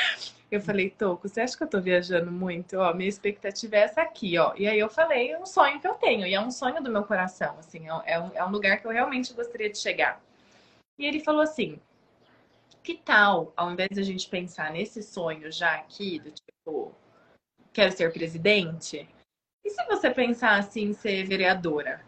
Eu falei, Toco, você acha que eu tô viajando muito? Ó, minha expectativa é essa aqui, ó. E aí eu falei um sonho que eu tenho, e é um sonho do meu coração, assim, é um, é um lugar que eu realmente gostaria de chegar. E ele falou assim, que tal, ao invés de a gente pensar nesse sonho já aqui, do tipo, quero ser presidente? E se você pensasse em ser vereadora?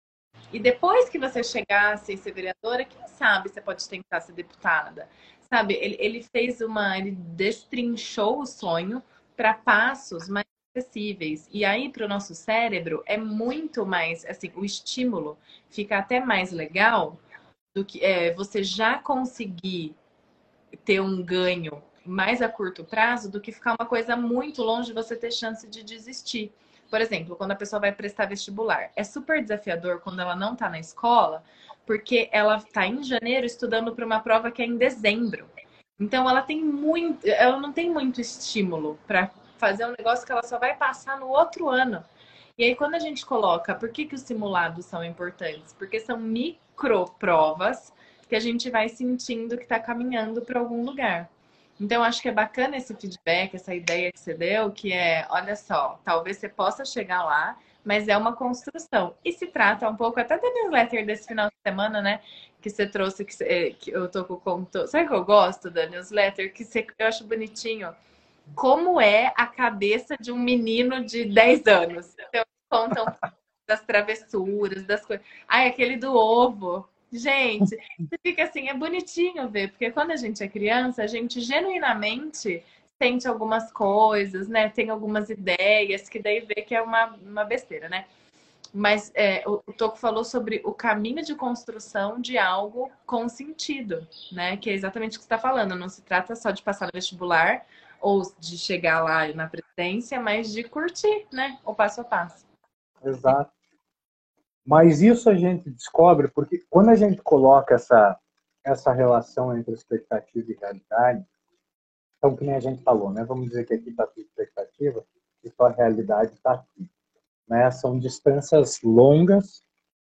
E depois que você chegasse em ser vereadora, quem sabe você pode tentar ser deputada? Sabe, ele, ele fez uma... Ele destrinchou o sonho para passos mais acessíveis. E aí, para o nosso cérebro, é muito mais... Assim, o estímulo fica até mais legal do que é, você já conseguir ter um ganho mais a curto prazo do que ficar uma coisa muito longe de você ter chance de desistir. Por exemplo, quando a pessoa vai prestar vestibular, é super desafiador quando ela não está na escola, porque ela está em janeiro estudando para uma prova que é em dezembro. Então ela tem muito, ela não tem muito estímulo para fazer um negócio que ela só vai passar no outro ano. E aí quando a gente coloca, por que que os simulados são importantes? Porque são microprovas que a gente vai sentindo que está caminhando para algum lugar. Então, eu acho que é bacana esse feedback, essa ideia que você deu, que é, olha só, talvez você possa chegar lá, mas é uma construção. E se trata um pouco até da newsletter desse final de semana, né? Que você trouxe, que, você, que eu tô com o conto. Sabe o que eu gosto da newsletter? Que você, eu acho bonitinho. Como é a cabeça de um menino de dez anos? Então, eles contam das travessuras, das coisas. Ai, aquele do ovo. Gente, você fica assim, é bonitinho ver, porque quando a gente é criança, a gente genuinamente sente algumas coisas, né? Tem algumas ideias que daí vê que é uma, uma besteira, né? Mas é, o, o Toco falou sobre o caminho de construção de algo com sentido, né? Que é exatamente o que você está falando. Não se trata só de passar no vestibular ou de chegar lá na presidência, mas de curtir, né? O passo a passo.
Exato. Mas isso a gente descobre porque quando a gente coloca essa, essa relação entre expectativa e realidade, então, que nem a gente falou, né? Vamos dizer que aqui está a tua expectativa e tua realidade está aqui. Né? São distâncias longas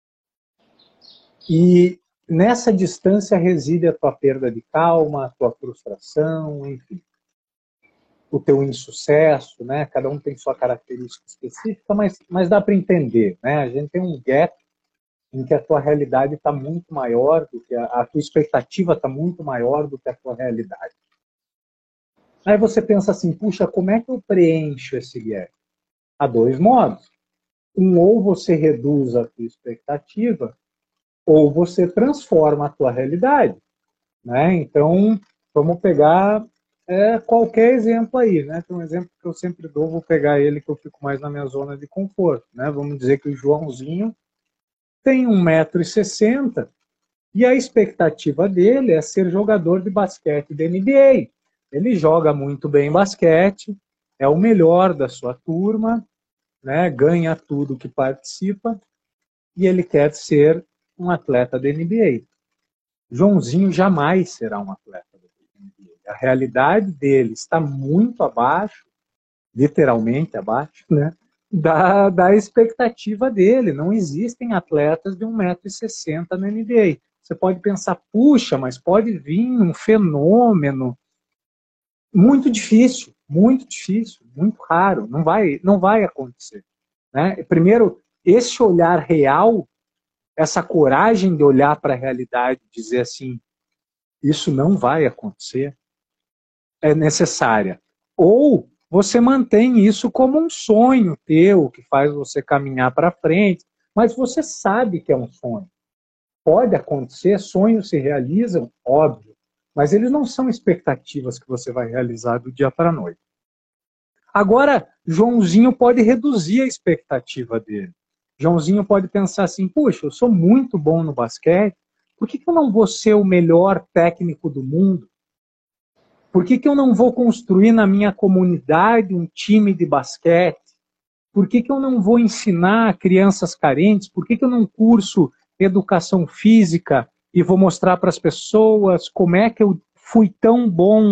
e nessa distância reside a tua perda de calma, a tua frustração, enfim, o teu insucesso, né? Cada um tem sua característica específica, mas, mas dá para entender, né? A gente tem um gap em que a tua realidade está muito maior do que a, a tua expectativa está muito maior do que a tua realidade. Aí você pensa assim, puxa, como é que eu preencho esse gap? Há dois modos. Um, ou você reduz a tua expectativa, ou você transforma a tua realidade. Né? Então, vamos pegar é, qualquer exemplo aí. Né? Tem um exemplo que eu sempre dou, vou pegar ele que eu fico mais na minha zona de conforto. Né? Vamos dizer que o Joãozinho tem um metro e sessenta e a expectativa dele é ser jogador de basquete da N B A. Ele joga muito bem basquete, é o melhor da sua turma, né, ganha tudo que participa e ele quer ser um atleta da N B A. Joãozinho jamais será um atleta da N B A. A realidade dele está muito abaixo, literalmente abaixo, né, da, da expectativa dele. Não existem atletas de um metro e sessenta na N B A. Você pode pensar, puxa, mas pode vir um fenômeno. Muito difícil, muito difícil, muito raro. Não vai, não vai acontecer. Né? Primeiro, esse olhar real, essa coragem de olhar para a realidade e dizer assim, isso não vai acontecer, é necessária. Ou você mantém isso como um sonho teu, que faz você caminhar para frente, mas você sabe que é um sonho. Pode acontecer, sonhos se realizam, óbvio, mas eles não são expectativas que você vai realizar do dia para a noite. Agora, Joãozinho pode reduzir a expectativa dele. Joãozinho pode pensar assim, puxa, eu sou muito bom no basquete, por que, que eu não vou ser o melhor técnico do mundo? Por que, que eu não vou construir na minha comunidade um time de basquete? Por que, que eu não vou ensinar crianças carentes? Por que, que eu não curso educação física e vou mostrar para as pessoas como é que eu fui tão bom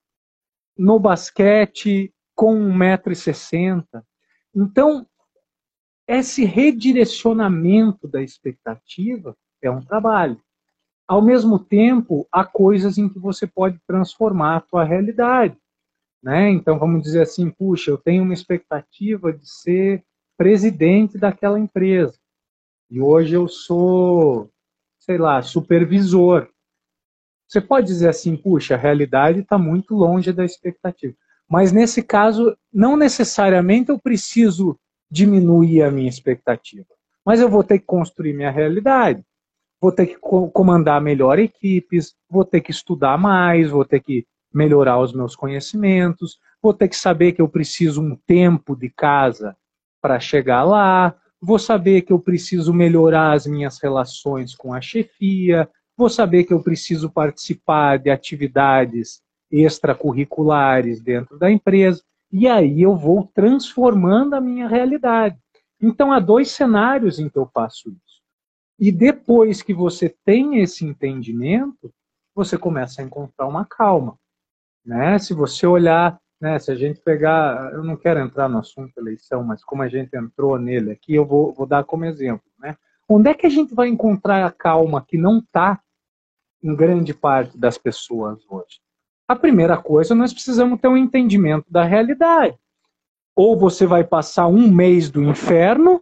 no basquete com um metro e sessenta? Então, esse redirecionamento da expectativa é um trabalho. Ao mesmo tempo, há coisas em que você pode transformar a tua realidade. Né? Então, vamos dizer assim, puxa, eu tenho uma expectativa de ser presidente daquela empresa. E hoje eu sou, sei lá, supervisor. Você pode dizer assim, puxa, a realidade está muito longe da expectativa. Mas nesse caso, não necessariamente eu preciso diminuir a minha expectativa. Mas eu vou ter que construir minha realidade. Vou ter que comandar melhor equipes, vou ter que estudar mais, vou ter que melhorar os meus conhecimentos, vou ter que saber que eu preciso um tempo de casa para chegar lá, vou saber que eu preciso melhorar as minhas relações com a chefia, vou saber que eu preciso participar de atividades extracurriculares dentro da empresa, e aí eu vou transformando a minha realidade. Então, há dois cenários em que eu faço isso. E depois que você tem esse entendimento, você começa a encontrar uma calma. Né? Se você olhar, né, se a gente pegar, eu não quero entrar no assunto eleição, mas como a gente entrou nele aqui, eu vou, vou dar como exemplo. Né? Onde é que a gente vai encontrar a calma que não está em grande parte das pessoas hoje? A primeira coisa, nós precisamos ter um entendimento da realidade. Ou você vai passar um mês do inferno,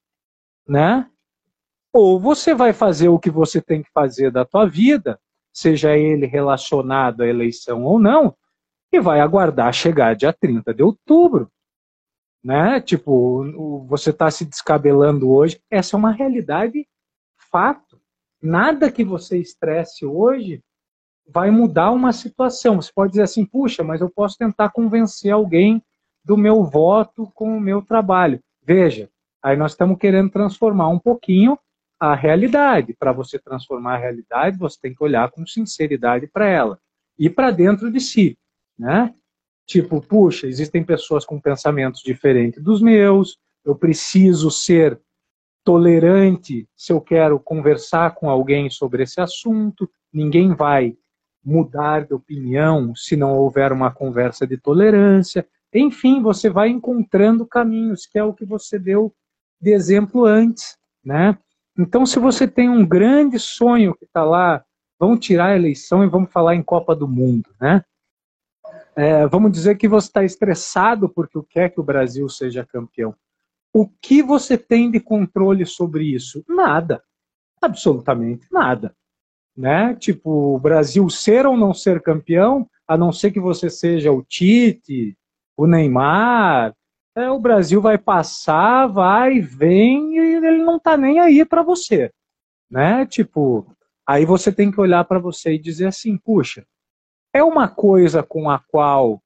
né? Ou você vai fazer o que você tem que fazer da tua vida, seja ele relacionado à eleição ou não, e vai aguardar chegar dia trinta de outubro. Né? Tipo, você está se descabelando hoje, essa é uma realidade, fato. Nada que você estresse hoje vai mudar uma situação. Você pode dizer assim, puxa, mas eu posso tentar convencer alguém do meu voto com o meu trabalho. Veja, aí nós estamos querendo transformar um pouquinho a realidade. Para você transformar a realidade, você tem que olhar com sinceridade para ela. E para dentro de si, né? Tipo, puxa, existem pessoas com pensamentos diferentes dos meus, eu preciso ser tolerante se eu quero conversar com alguém sobre esse assunto, ninguém vai mudar de opinião se não houver uma conversa de tolerância. Enfim, você vai encontrando caminhos, que é o que você deu de exemplo antes, né? Então, se você tem um grande sonho que está lá, vamos tirar a eleição e vamos falar em Copa do Mundo, né? É, vamos dizer que você está estressado porque quer que o Brasil seja campeão. O que você tem de controle sobre isso? Nada. Absolutamente nada. Né? Tipo, o Brasil ser ou não ser campeão, a não ser que você seja o Tite, o Neymar, é, o Brasil vai passar, vai, vem, e ele não está nem aí para você. Né? Tipo, aí você tem que olhar para você e dizer assim, puxa, é uma coisa com a qual,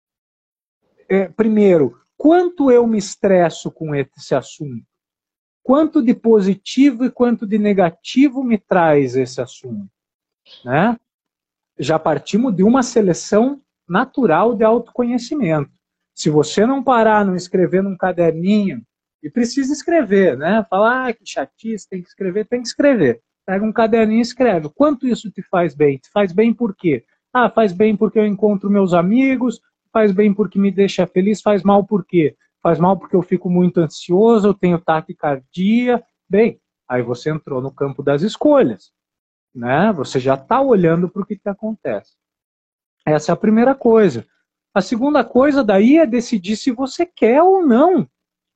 é, primeiro, quanto eu me estresso com esse assunto? Quanto de positivo e quanto de negativo me traz esse assunto? Né? Já partimos de uma seleção natural de autoconhecimento. Se você não parar, não escrever num caderninho, e precisa escrever, né? Falar, ah, que chatice, tem que escrever, tem que escrever. Pega um caderninho e escreve. Quanto isso te faz bem? Te faz bem por quê? Ah, faz bem porque eu encontro meus amigos, faz bem porque me deixa feliz, faz mal por quê? Faz mal porque eu fico muito ansioso, eu tenho taquicardia. Bem, aí você entrou no campo das escolhas. Né? Você já está olhando para o que, que acontece. Essa é a primeira coisa. A segunda coisa daí é decidir se você quer ou não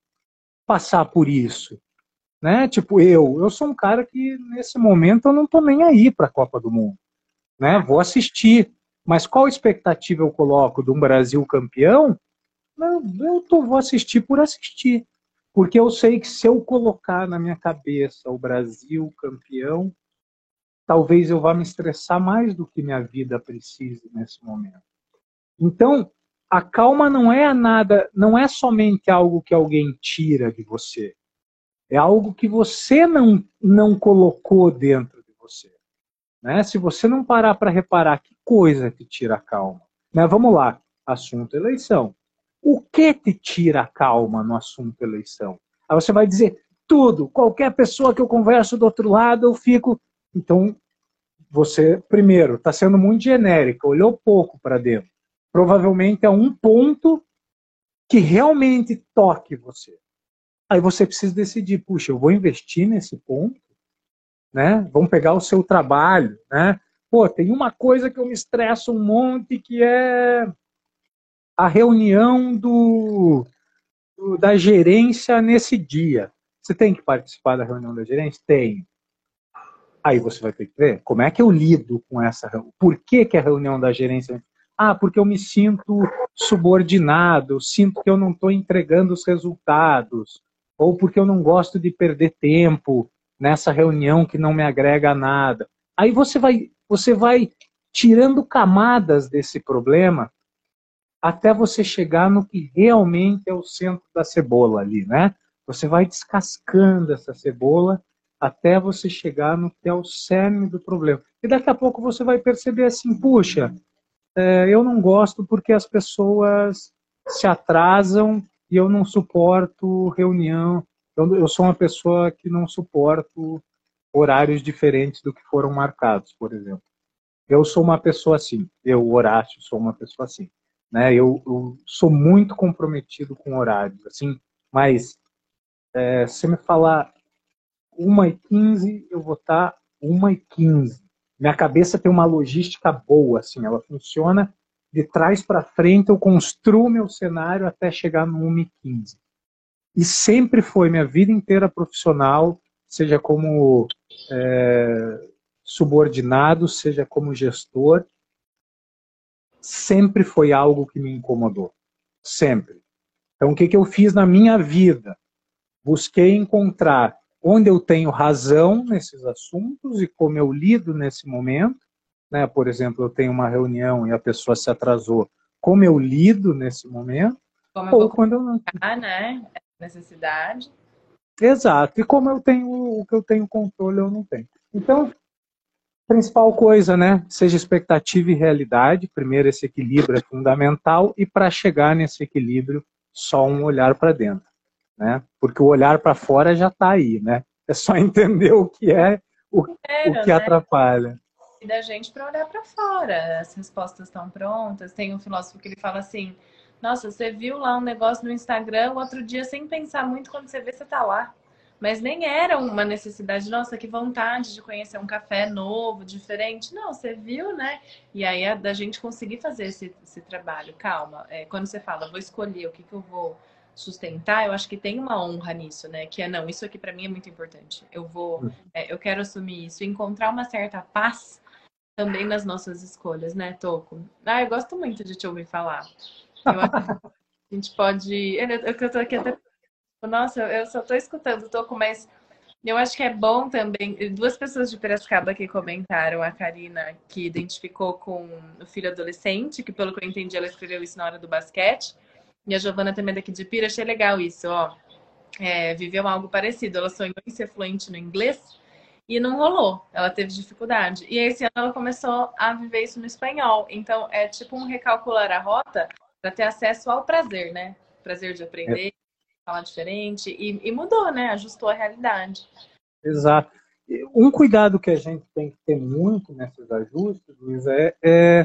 passar por isso. Né? Tipo, eu, eu sou um cara que nesse momento eu não estou nem aí para a Copa do Mundo. Né? Vou assistir. Mas qual expectativa eu coloco de um Brasil campeão? Eu, eu tô, vou assistir por assistir. Porque eu sei que se eu colocar na minha cabeça o Brasil campeão, talvez eu vá me estressar mais do que minha vida precise nesse momento. Então, a calma não é nada, não é somente algo que alguém tira de você. É algo que você não, não colocou dentro de você. Né? Se você não parar para reparar que coisa te tira a calma. Né? Vamos lá, assunto eleição. O que te tira a calma no assunto eleição? Aí você vai dizer tudo. Qualquer pessoa que eu converso do outro lado, eu fico... Então, você, primeiro, está sendo muito genérica, olhou pouco para dentro. Provavelmente é um ponto que realmente toque você. Aí você precisa decidir, puxa, eu vou investir nesse ponto? Né? Vamos pegar o seu trabalho, né? Pô, tem uma coisa que eu me estresso um monte, que é a reunião do, do, da gerência nesse dia. Você tem que participar da reunião da gerência? Tem. Aí você vai ter que ver como é que eu lido com essa reunião. Por que, que a reunião da gerência... Ah, porque eu me sinto subordinado, sinto que eu não estou entregando os resultados, ou porque eu não gosto de perder tempo nessa reunião que não me agrega nada. Aí você vai, você vai tirando camadas desse problema até você chegar no que realmente é o centro da cebola ali, né? Você vai descascando essa cebola até você chegar no que é o cerne do problema. E daqui a pouco você vai perceber assim, puxa, é, eu não gosto porque as pessoas se atrasam e eu não suporto reunião. Eu, eu sou uma pessoa que não suporto horários diferentes do que foram marcados, por exemplo. Eu sou uma pessoa assim, eu, Horácio, sou uma pessoa assim. Né? Eu, eu sou muito comprometido com horários, assim, mas é, se me falar uma e quinze, eu vou estar uma e quinze. Minha cabeça tem uma logística boa, assim, ela funciona de trás para frente, eu construo meu cenário até chegar no uma e quinze. E sempre foi minha vida inteira profissional, seja como é, subordinado, seja como gestor, sempre foi algo que me incomodou. Sempre. Então, o que, que eu fiz na minha vida? Busquei encontrar onde eu tenho razão nesses assuntos e como eu lido nesse momento. Né? Por exemplo, eu tenho uma reunião e a pessoa se atrasou. Como eu lido nesse momento?
Como eu
Ou
vou
quando eu não...
comunicar, né? Necessidade.
Exato. E como eu tenho o que eu tenho controle, eu não tenho. Então, principal coisa, né? Seja expectativa e realidade. Primeiro, esse equilíbrio é fundamental. E para chegar nesse equilíbrio, só um olhar para dentro. Né? Porque o olhar para fora já está aí, né? É só entender o que é, o, o que
né?
atrapalha.
E da gente para olhar para fora. As respostas estão prontas. Tem um filósofo que ele fala assim: nossa, você viu lá um negócio no Instagram, o outro dia, sem pensar muito, quando você vê, você tá lá. Mas nem era uma necessidade, nossa, que vontade de conhecer um café novo, diferente. Não, você viu, né? E aí é da gente conseguir fazer esse, esse trabalho. Calma, é, quando você fala, vou escolher o que, que eu vou sustentar, eu acho que tem uma honra nisso, né? Que é, não, isso aqui para mim é muito importante. Eu vou, é, eu quero assumir isso, encontrar uma certa paz também nas nossas escolhas, né, Toco? Ah, eu gosto muito de te ouvir falar. Eu acho que a gente pode... Eu, eu tô aqui até... Nossa, eu só tô escutando, Toco, mas eu acho que é bom também... Duas pessoas de Piracicaba que comentaram, a Karina, que identificou com o filho adolescente, que pelo que eu entendi, ela escreveu isso na hora do basquete, e a Giovana também daqui de Pira, achei legal isso, ó. É, viveu algo parecido, ela sonhou em ser fluente no inglês, e não rolou, ela teve dificuldade. E esse ano ela começou a viver isso no espanhol. Então é tipo um recalcular a rota para ter acesso ao prazer, né? Prazer de aprender, falar diferente. E, e mudou, né? Ajustou a realidade.
Exato. Um cuidado que a gente tem que ter muito nesses ajustes, Luiz, é, é,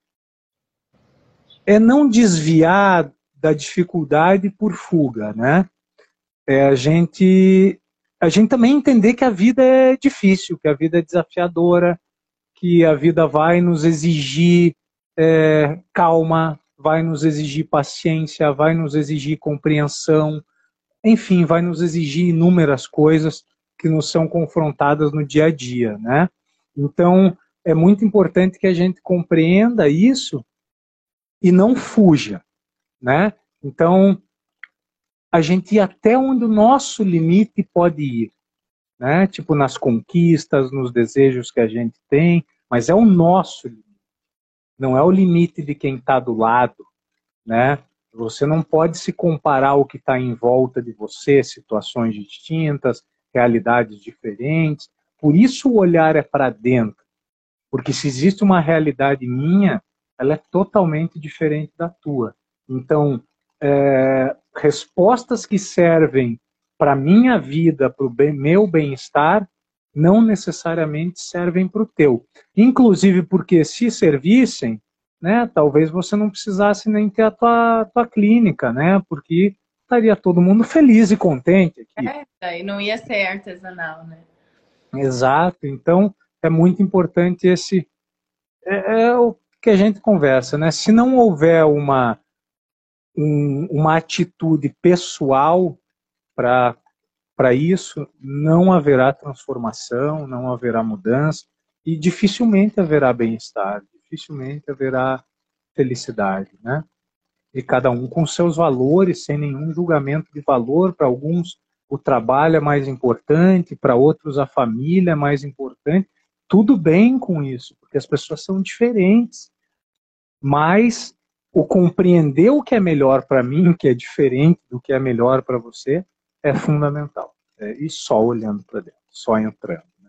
é não desviar da dificuldade por fuga, né? É a gente a gente também entender que a vida é difícil, que a vida é desafiadora, que a vida vai nos exigir é, calma, vai nos exigir paciência, vai nos exigir compreensão, enfim, vai nos exigir inúmeras coisas que nos são confrontadas no dia a dia, né? Então, é muito importante que a gente compreenda isso e não fuja, né? Então, a gente ir até onde o nosso limite pode ir, né? Tipo nas conquistas, nos desejos que a gente tem, mas é o nosso limite, não é o limite de quem está do lado, né? Você não pode se comparar ao que está em volta de você, situações distintas, realidades diferentes. Por isso o olhar é para dentro, porque se existe uma realidade minha, ela é totalmente diferente da tua. Então, é, respostas que servem para a minha vida, para o bem, meu bem-estar, não necessariamente servem para o teu. Inclusive porque se servissem, né, talvez você não precisasse nem ter a tua, tua clínica, né, porque estaria todo mundo feliz e contente aqui.
É, daí não ia ser artesanal, né?
Exato. Então, é muito importante esse... É, é o que a gente conversa, né? Se não houver uma, um, uma atitude pessoal para para isso, não haverá transformação, não haverá mudança e dificilmente haverá bem-estar, dificilmente haverá felicidade, né? E cada um com seus valores, sem nenhum julgamento de valor. Para alguns o trabalho é mais importante, para outros a família é mais importante. Tudo bem com isso, porque as pessoas são diferentes. Mas o compreender o que é melhor para mim, que é diferente do que é melhor para você, é fundamental. É, e só olhando para dentro, só entrando. Né?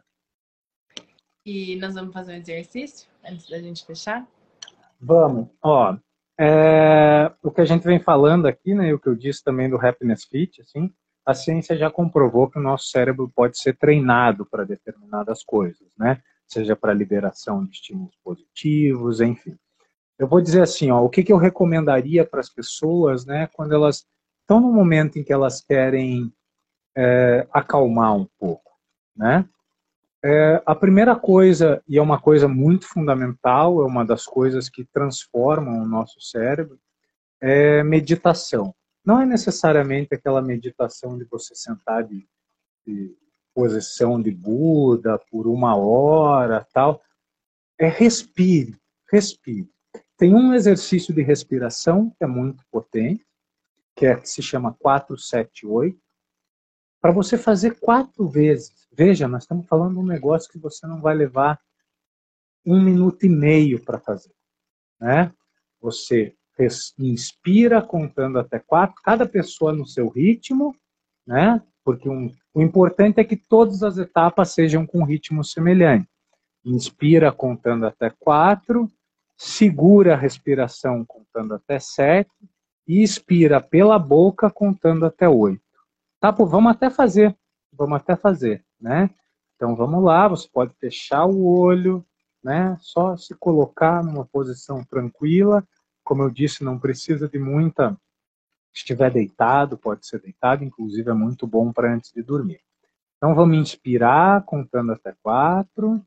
E nós vamos fazer um exercício antes da gente fechar?
Vamos. Ó, é, o que a gente vem falando aqui, né, e o que eu disse também do Happiness Fit, assim, a ciência já comprovou que o nosso cérebro pode ser treinado para determinadas coisas, né? Seja para liberação de estímulos positivos, enfim. Eu vou dizer assim, ó, o que, que eu recomendaria para as pessoas, né, quando elas estão no momento em que elas querem é, acalmar um pouco, né? É, a primeira coisa, e é uma coisa muito fundamental, é uma das coisas que transformam o nosso cérebro, é meditação. Não é necessariamente aquela meditação de você sentar de, de posição de Buda por uma hora, tal. É respire, respire. Tem um exercício de respiração que é muito potente, que, é, que se chama quatro sete oito, para você fazer quatro vezes. Veja, nós estamos falando de um negócio que você não vai levar um minuto e meio para fazer, né? Você inspira contando até quatro, cada pessoa no seu ritmo, né? Porque um, o importante é que todas as etapas sejam com ritmo semelhante. Inspira contando até quatro, segura a respiração contando até sete e expira pela boca contando até oito. Tá, pô, vamos até fazer, vamos até fazer, né? Então vamos lá, você pode fechar o olho, né? Só se colocar numa posição tranquila. Como eu disse, não precisa de muita. Se estiver deitado, pode ser deitado, inclusive é muito bom para antes de dormir. Então vamos inspirar, contando até quatro.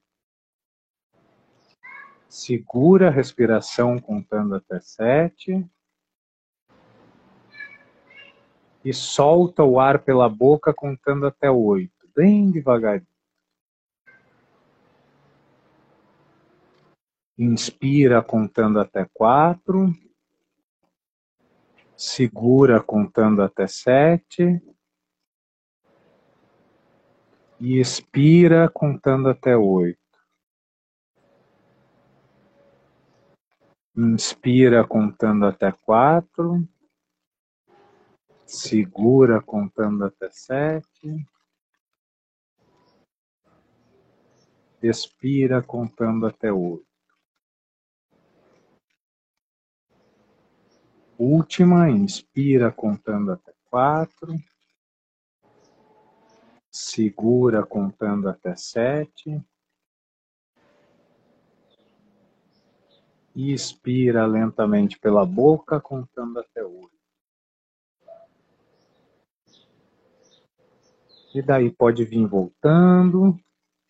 Segura a respiração, contando até sete. E solta o ar pela boca, contando até oito. Bem devagarinho. Inspira contando até quatro. Segura contando até sete. E expira contando até oito. Inspira contando até quatro. Segura contando até sete. Expira contando até oito. Última, inspira contando até quatro. Segura contando até sete. E expira lentamente pela boca, contando até oito. E daí pode vir voltando.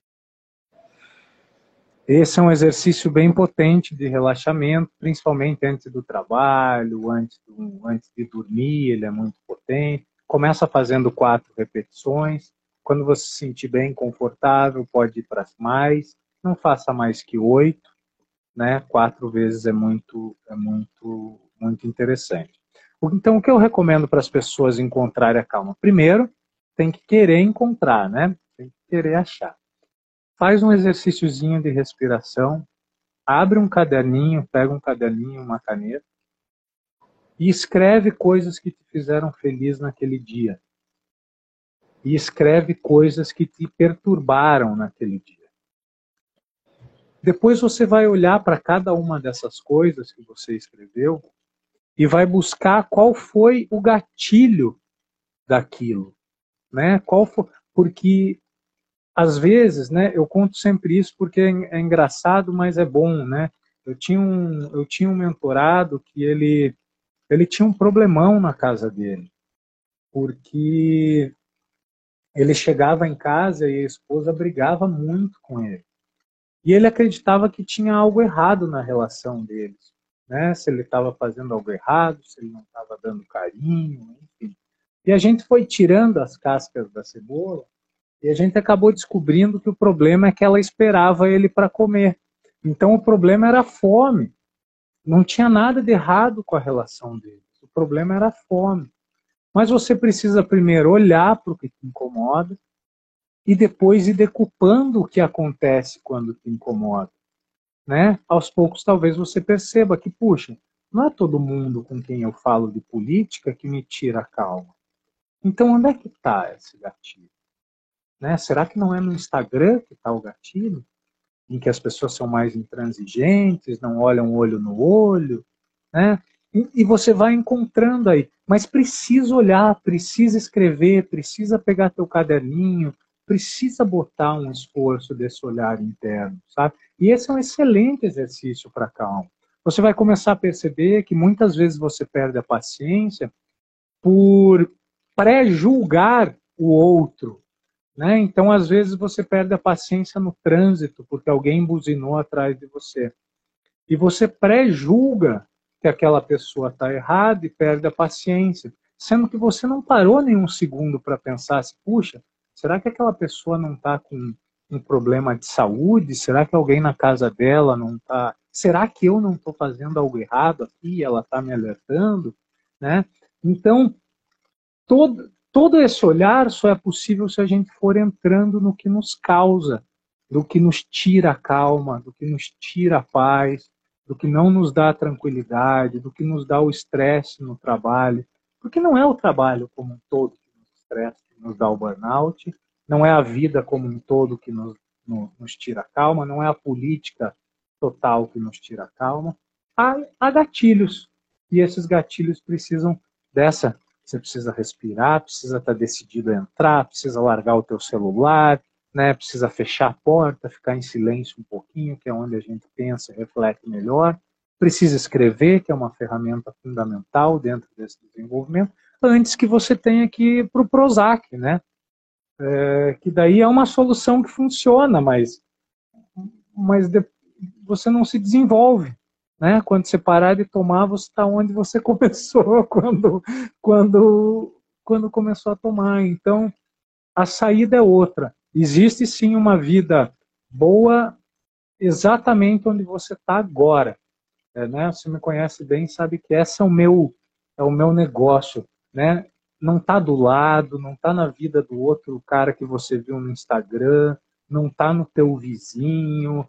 Esse é um exercício bem potente de relaxamento, principalmente antes do trabalho, antes, do, antes de dormir, ele é muito potente. Começa fazendo quatro repetições. Quando você se sentir bem confortável, pode ir para mais. Não faça mais que oito, né? Quatro vezes é muito, é muito, muito interessante. Então, o que eu recomendo para as pessoas encontrarem a calma? Primeiro, tem que querer encontrar, né? Tem que querer achar. Faz um exercíciozinho de respiração, abre um caderninho, pega um caderninho, uma caneta e escreve coisas que te fizeram feliz naquele dia. E escreve coisas que te perturbaram naquele dia. Depois você vai olhar para cada uma dessas coisas que você escreveu e vai buscar qual foi o gatilho daquilo, né? Qual foi... Porque às vezes, né, eu conto sempre isso porque é engraçado, mas é bom, né? Eu tinha um, eu tinha um mentorado que ele, ele tinha um problemão na casa dele, porque ele chegava em casa e a esposa brigava muito com ele. E ele acreditava que tinha algo errado na relação deles, né? Se ele estava fazendo algo errado, se ele não estava dando carinho, enfim. E a gente foi tirando as cascas da cebola e a gente acabou descobrindo que o problema é que ela esperava ele para comer. Então o problema era a fome. Não tinha nada de errado com a relação deles. O problema era a fome. Mas você precisa primeiro olhar para o que te incomoda e depois ir decupando o que acontece quando te incomoda, né? Aos poucos talvez você perceba que, puxa, não é todo mundo com quem eu falo de política que me tira a calma. Então onde é que está esse gatilho? Né? Será que não é no Instagram que está o gatilho? Em que as pessoas são mais intransigentes, não olham olho no olho, né? E, e você vai encontrando aí. Mas precisa olhar, precisa escrever, precisa pegar teu caderninho, precisa botar um esforço desse olhar interno, sabe? E esse é um excelente exercício para calma. Você vai começar a perceber que muitas vezes você perde a paciência por pré-julgar o outro, né? Então, às vezes, você perde a paciência no trânsito porque alguém buzinou atrás de você. E você pré-julga que aquela pessoa está errada e perde a paciência, sendo que você não parou nenhum segundo para pensar assim, puxa, será que aquela pessoa não está com um problema de saúde? Será que alguém na casa dela não está... Será que eu não estou fazendo algo errado aqui e ela está me alertando? Né? Então, todo, todo esse olhar só é possível se a gente for entrando no que nos causa, do que nos tira a calma, do que nos tira a paz, do que não nos dá a tranquilidade, do que nos dá o estresse no trabalho. Porque não é o trabalho como um todo que nos estressa, que nos dá o burnout, não é a vida como um todo que nos, no, nos tira a calma, não é a política total que nos tira a calma. Há, há gatilhos, e esses gatilhos precisam dessa... Você precisa respirar, precisa estar decidido a entrar, precisa largar o teu celular, né? Precisa fechar a porta, ficar em silêncio um pouquinho, que é onde a gente pensa e reflete melhor. Precisa escrever, que é uma ferramenta fundamental dentro desse desenvolvimento, antes que você tenha que ir para o Prozac, né? É, que daí é uma solução que funciona, mas, mas de, você não se desenvolve. Né? Quando você parar de tomar, você está onde você começou quando, quando, quando começou a tomar. Então, a saída é outra. Existe sim uma vida boa exatamente onde você está agora. É, né? Você me conhece bem, sabe que esse é o meu, é o meu negócio. Né? Não está do lado, não está na vida do outro cara que você viu no Instagram, não está no teu vizinho.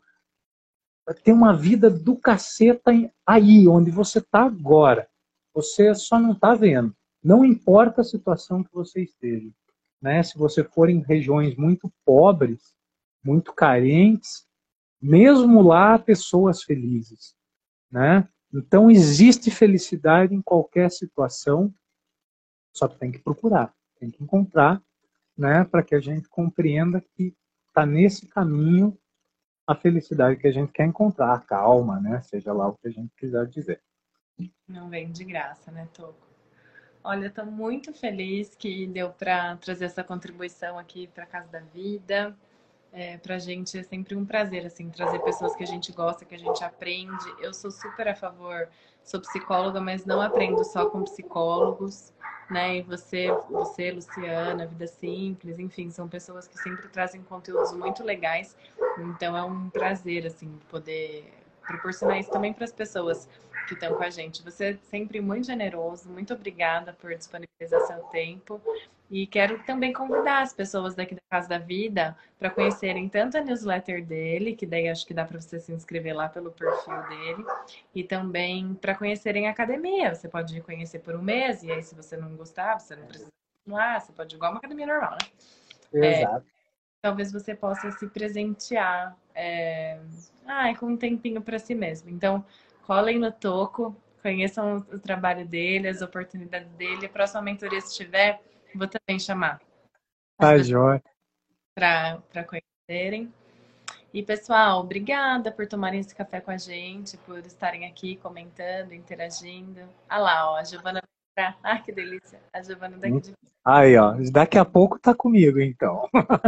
Tem uma vida do caceta aí, onde você está agora. Você só não está vendo. Não importa a situação que você esteja. Né? Se você for em regiões muito pobres, muito carentes, mesmo lá há pessoas felizes. Né? Então existe felicidade em qualquer situação, só que tem que procurar, tem que encontrar, né? Para que a gente compreenda que está nesse caminho a felicidade que a gente quer encontrar, a calma, né? Seja lá o que a gente quiser dizer.
Não vem de graça, né, Toco? Olha, estou muito feliz que deu para trazer essa contribuição aqui para a Casa da Vida. É, para a gente é sempre um prazer, assim, trazer pessoas que a gente gosta, que a gente aprende. Eu sou super a favor, sou psicóloga, mas não aprendo só com psicólogos, né? E você, você, Luciana, Vida Simples, enfim, são pessoas que sempre trazem conteúdos muito legais. Então é um prazer, assim, poder proporcionar isso também para as pessoas que estão com a gente. Você é sempre muito generoso, muito obrigada por disponibilizar seu tempo. E quero também convidar as pessoas daqui da Casa da Vida para conhecerem tanto a newsletter dele, que daí acho que dá para você se inscrever lá pelo perfil dele, e também para conhecerem a academia. Você pode conhecer por um mês, e aí se você não gostar, você não precisa continuar, você pode ir igual uma academia normal, né?
Exato.
É, talvez você possa se presentear é... ah, com um tempinho para si mesmo. Então, colhem no Toco, conheçam o trabalho dele, as oportunidades dele. A próxima mentoria, se tiver, vou também chamar
Tá, jóia.
para conhecerem. E, pessoal, obrigada por tomarem esse café com a gente, por estarem aqui comentando, interagindo. Ah lá, ó, a Giovana... Ah, que delícia. A Giovana daqui de...
Aí, ó, daqui a pouco tá comigo, então.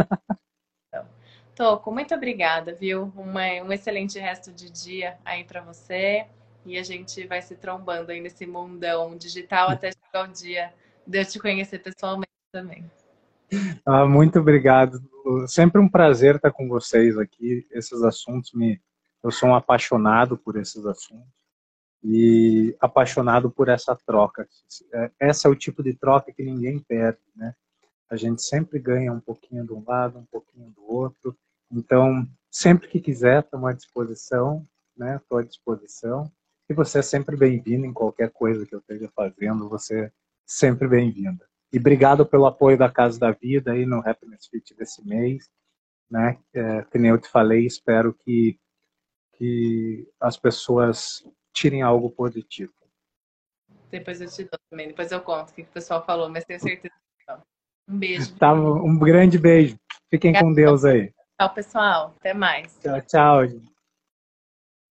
Então, Toco, muito obrigada, viu? Uma, um excelente resto de dia aí para você. E a gente vai se trombando aí nesse mundão digital até chegar o dia de eu te conhecer pessoalmente também.
Ah, muito obrigado. Sempre um prazer estar com vocês aqui. Esses assuntos me... Eu sou um apaixonado por esses assuntos. E apaixonado por essa troca. Esse é o tipo de troca que ninguém perde, né? A gente sempre ganha um pouquinho de um lado, um pouquinho do outro. Então, sempre que quiser, estamos à disposição, né? Estou à disposição. E você é sempre bem-vindo em qualquer coisa que eu esteja fazendo, você é sempre bem-vinda. E obrigado pelo apoio da Casa da Vida aí no Happiness Fit desse mês, né? É, que nem eu te falei, espero que, que as pessoas tirem algo positivo.
Depois eu te dou também, depois eu conto o que o pessoal falou, mas tenho certeza que não. Um beijo.
Tá, um grande beijo. Fiquem com Deus aí.
Tchau, pessoal. Até mais.
Tchau, tchau.